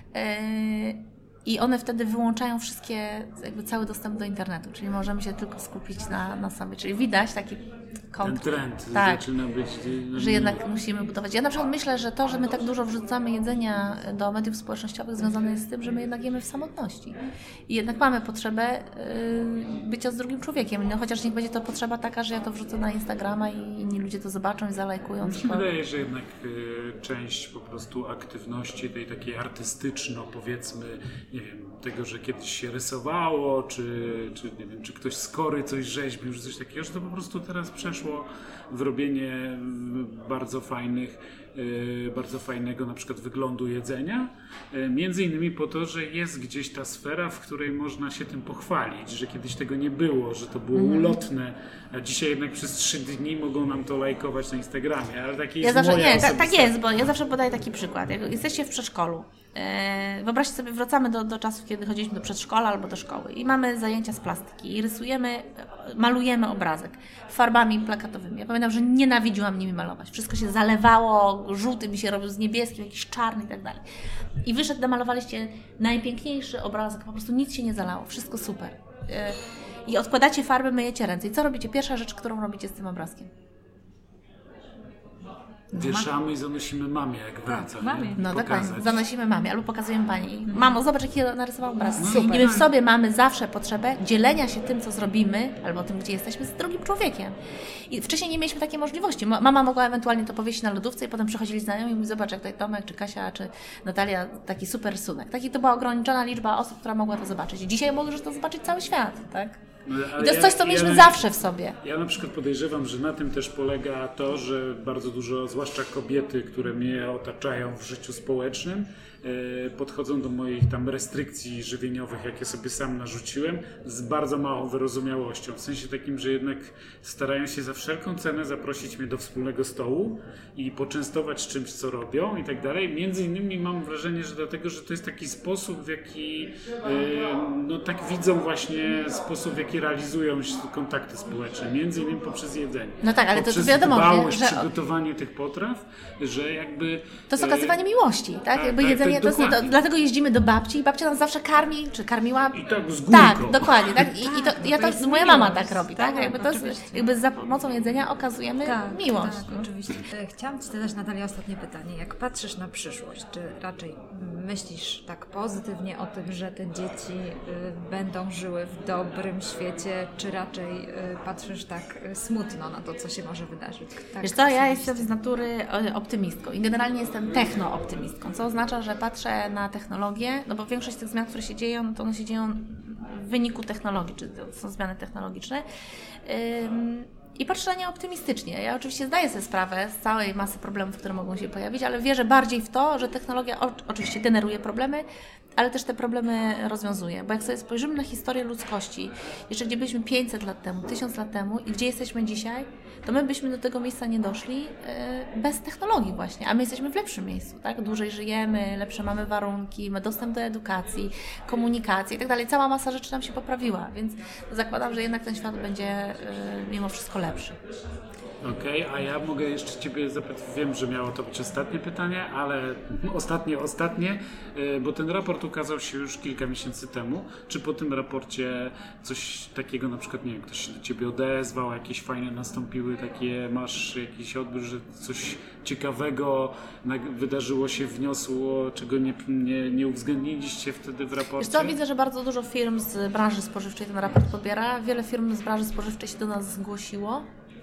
i one wtedy wyłączają wszystkie, jakby cały dostęp do internetu, czyli możemy się tylko skupić na, na sobie, czyli widać taki Ten trend tak, zaczyna być... że jednak musimy budować. Ja na przykład myślę, że to, że my tak dużo wrzucamy jedzenia do mediów społecznościowych związane jest z tym, że my jednak jemy w samotności. I jednak mamy potrzebę yy, bycia z drugim człowiekiem. No, chociaż niech będzie to potrzeba taka, że ja to wrzucę na Instagrama i inni ludzie to zobaczą i zalajkują. Mi się wydaje, że jednak y, część po prostu aktywności tej takiej artystyczno, powiedzmy, nie wiem, tego, że kiedyś się rysowało, czy, czy nie wiem, czy ktoś z kory coś rzeźbił, czy coś takiego, że to po prostu teraz przeszło w robienie bardzo fajnych, bardzo fajnego na przykład wyglądu jedzenia. Między innymi po to, że jest gdzieś ta sfera, w której można się tym pochwalić, że kiedyś tego nie było, że to było mm. ulotne, a dzisiaj jednak przez trzy dni mogą nam to lajkować na Instagramie, ale takie ja jest zawsze, moja Nie, tak, tak jest, bo ja zawsze podaję taki przykład. Jak jesteście w przedszkolu, e, wyobraźcie sobie, wracamy do, do czasów, kiedy chodziliśmy do przedszkola albo do szkoły i mamy zajęcia z plastyki i rysujemy, malujemy obrazek farbami plakatowymi. Ja pamiętam, że nienawidziłam nimi malować. Wszystko się zalewało, żółty mi się robił z niebieskim, jakiś czarny i tak dalej. I wyszedł, namalowaliście najpiękniejszy obrazek, po prostu nic się nie zalało, wszystko super. E, I odkładacie farbę, myjecie ręce. I co robicie? Pierwsza rzecz, którą robicie z tym obrazkiem? Wieszamy i zanosimy mamie, jak wraca. Mamie. No dokładnie, zanosimy mamie albo pokazujemy pani. Mamo, zobacz, jaki narysowałam obraz. No, I my w sobie mamy zawsze potrzebę dzielenia się tym, co zrobimy, albo tym, gdzie jesteśmy, z drugim człowiekiem. I wcześniej nie mieliśmy takiej możliwości. Mama mogła ewentualnie to powiesić na lodówce i potem przychodzili znajomi i mówili, zobacz, jak tutaj Tomek, czy Kasia, czy Natalia, taki super rysunek. Taki to była ograniczona liczba osób, która mogła to zobaczyć. I dzisiaj może to zobaczyć cały świat, tak? No, I to jest coś, co ja, mieliśmy ja, zawsze w sobie. Ja na przykład podejrzewam, że na tym też polega to, że bardzo dużo, zwłaszcza kobiety, które mnie otaczają w życiu społecznym, podchodzą do moich tam restrykcji żywieniowych, jakie sobie sam narzuciłem, z bardzo małą wyrozumiałością. W sensie takim, że jednak starają się za wszelką cenę zaprosić mnie do wspólnego stołu i poczęstować czymś, co robią i tak dalej. Między innymi mam wrażenie, że dlatego, że to jest taki sposób, w jaki no tak widzą właśnie sposób, w jaki realizują kontakty społeczne. Między innymi poprzez jedzenie. No tak, ale poprzez to wiadomo, dbałość, że... przygotowanie tych potraw, że jakby... To jest okazywanie miłości, tak? tak jakby tak, jedzenie, to jest, to, dlatego jeździmy do babci i babcia nas zawsze karmi, czy karmiła... I tak z górką. Tak, dokładnie. Tak? I, tak, i to, no ja to to, moja miłość. mama tak robi, tak? tak Jakby to jest, jakby za pomocą jedzenia okazujemy tak, miłość. Tak, oczywiście. Chciałam Ci zadać, Natalia, ostatnie pytanie. Jak patrzysz na przyszłość, czy raczej myślisz tak pozytywnie o tym, że te dzieci y, będą żyły w dobrym świecie, czy raczej y, patrzysz tak y, smutno na to, co się może wydarzyć? Tak, Wiesz co, ja jestem z natury optymistką i generalnie jestem techno-optymistką, co oznacza, że patrzę na technologię, no bo większość tych zmian, które się dzieją, no to one się dzieją w wyniku technologii, czy to są zmiany technologiczne. Ym, I patrzę na nie optymistycznie. Ja oczywiście zdaję sobie sprawę z całej masy problemów, które mogą się pojawić, ale wierzę bardziej w to, że technologia o, oczywiście generuje problemy, ale też te problemy rozwiązuje. Bo jak sobie spojrzymy na historię ludzkości, jeszcze gdzie byliśmy pięćset lat temu, tysiąc lat temu i gdzie jesteśmy dzisiaj, to my byśmy do tego miejsca nie doszli yy, bez technologii właśnie, a my jesteśmy w lepszym miejscu, tak? Dłużej żyjemy, lepsze mamy warunki, mamy dostęp do edukacji, komunikacji i tak dalej. Cała masa rzeczy nam się poprawiła, więc zakładam, że jednak ten świat będzie yy, mimo wszystko lepszy. Okej, okay, a ja mogę jeszcze Ciebie zapytać, wiem, że miało to być ostatnie pytanie, ale ostatnie, ostatnie, bo ten raport ukazał się już kilka miesięcy temu. Czy po tym raporcie coś takiego, na przykład, nie wiem, ktoś się do Ciebie odezwał, jakieś fajne nastąpiły takie, masz jakiś odbiór, że coś ciekawego wydarzyło się, wniosło, czego nie, nie, nie uwzględniliście wtedy w raporcie? Wiesz co, widzę, że bardzo dużo firm z branży spożywczej ten raport pobiera. Wiele firm z branży spożywczej się do nas zgłosiło.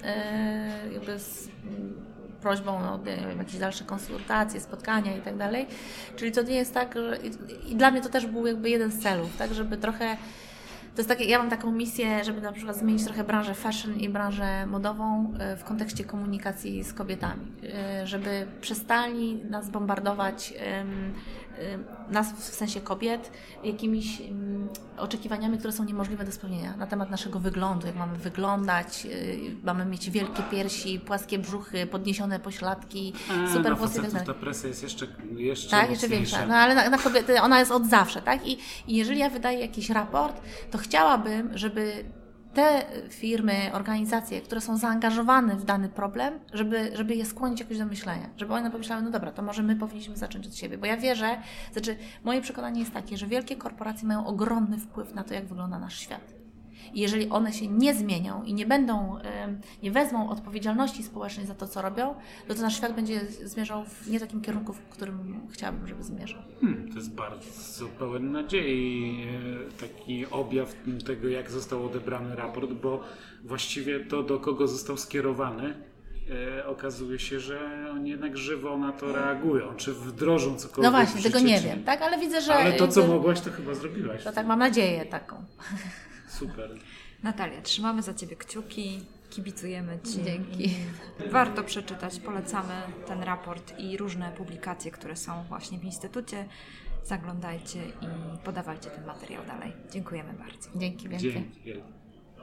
Yy, jakby z prośbą o nie wiem, jakieś dalsze konsultacje, spotkania i tak dalej. Czyli to nie jest tak, że i, i dla mnie to też był jakby jeden z celów, tak, żeby trochę, to jest takie, ja mam taką misję, żeby na przykład zmienić trochę branżę fashion i branżę modową yy, w kontekście komunikacji z kobietami, yy, żeby przestali nas bombardować yy, nas w sensie kobiet jakimiś um, oczekiwaniami, które są niemożliwe do spełnienia na temat naszego wyglądu, jak mamy wyglądać, yy, mamy mieć wielkie piersi, płaskie brzuchy, podniesione pośladki, A, super na włosy. facetów ta presja jest jeszcze, jeszcze tak, jeszcze większa, no ale na, na kobiety ona jest od zawsze, tak? I, i jeżeli ja wydaję jakiś raport, to chciałabym, żeby te firmy, organizacje, które są zaangażowane w dany problem, żeby, żeby je skłonić jakoś do myślenia. Żeby one pomyślały, no dobra, to może my powinniśmy zacząć od siebie. Bo ja wierzę, znaczy moje przekonanie jest takie, że wielkie korporacje mają ogromny wpływ na to, jak wygląda nasz świat. I jeżeli one się nie zmienią i nie będą, nie wezmą odpowiedzialności społecznej za to, co robią, to, to nasz świat będzie zmierzał w nie takim kierunku, w którym chciałabym, żeby zmierzał. Hmm, to jest bardzo pełen nadziei taki objaw tego, jak został odebrany raport, bo właściwie to, do kogo został skierowany, e, okazuje się, że oni jednak żywo na to reagują, czy wdrożą cokolwiek. No właśnie, w życie, tego nie czy... wiem, tak? Ale widzę, że... Ale to, co mogłaś, to chyba zrobiłaś. To tak, mam nadzieję taką. Super. Natalia, trzymamy za Ciebie kciuki, kibicujemy Ci. Dzięki. Warto przeczytać, polecamy ten raport i różne publikacje, które są właśnie w Instytucie. Zaglądajcie i podawajcie ten materiał dalej. Dziękujemy bardzo. Dzięki wielkie. Dzięki.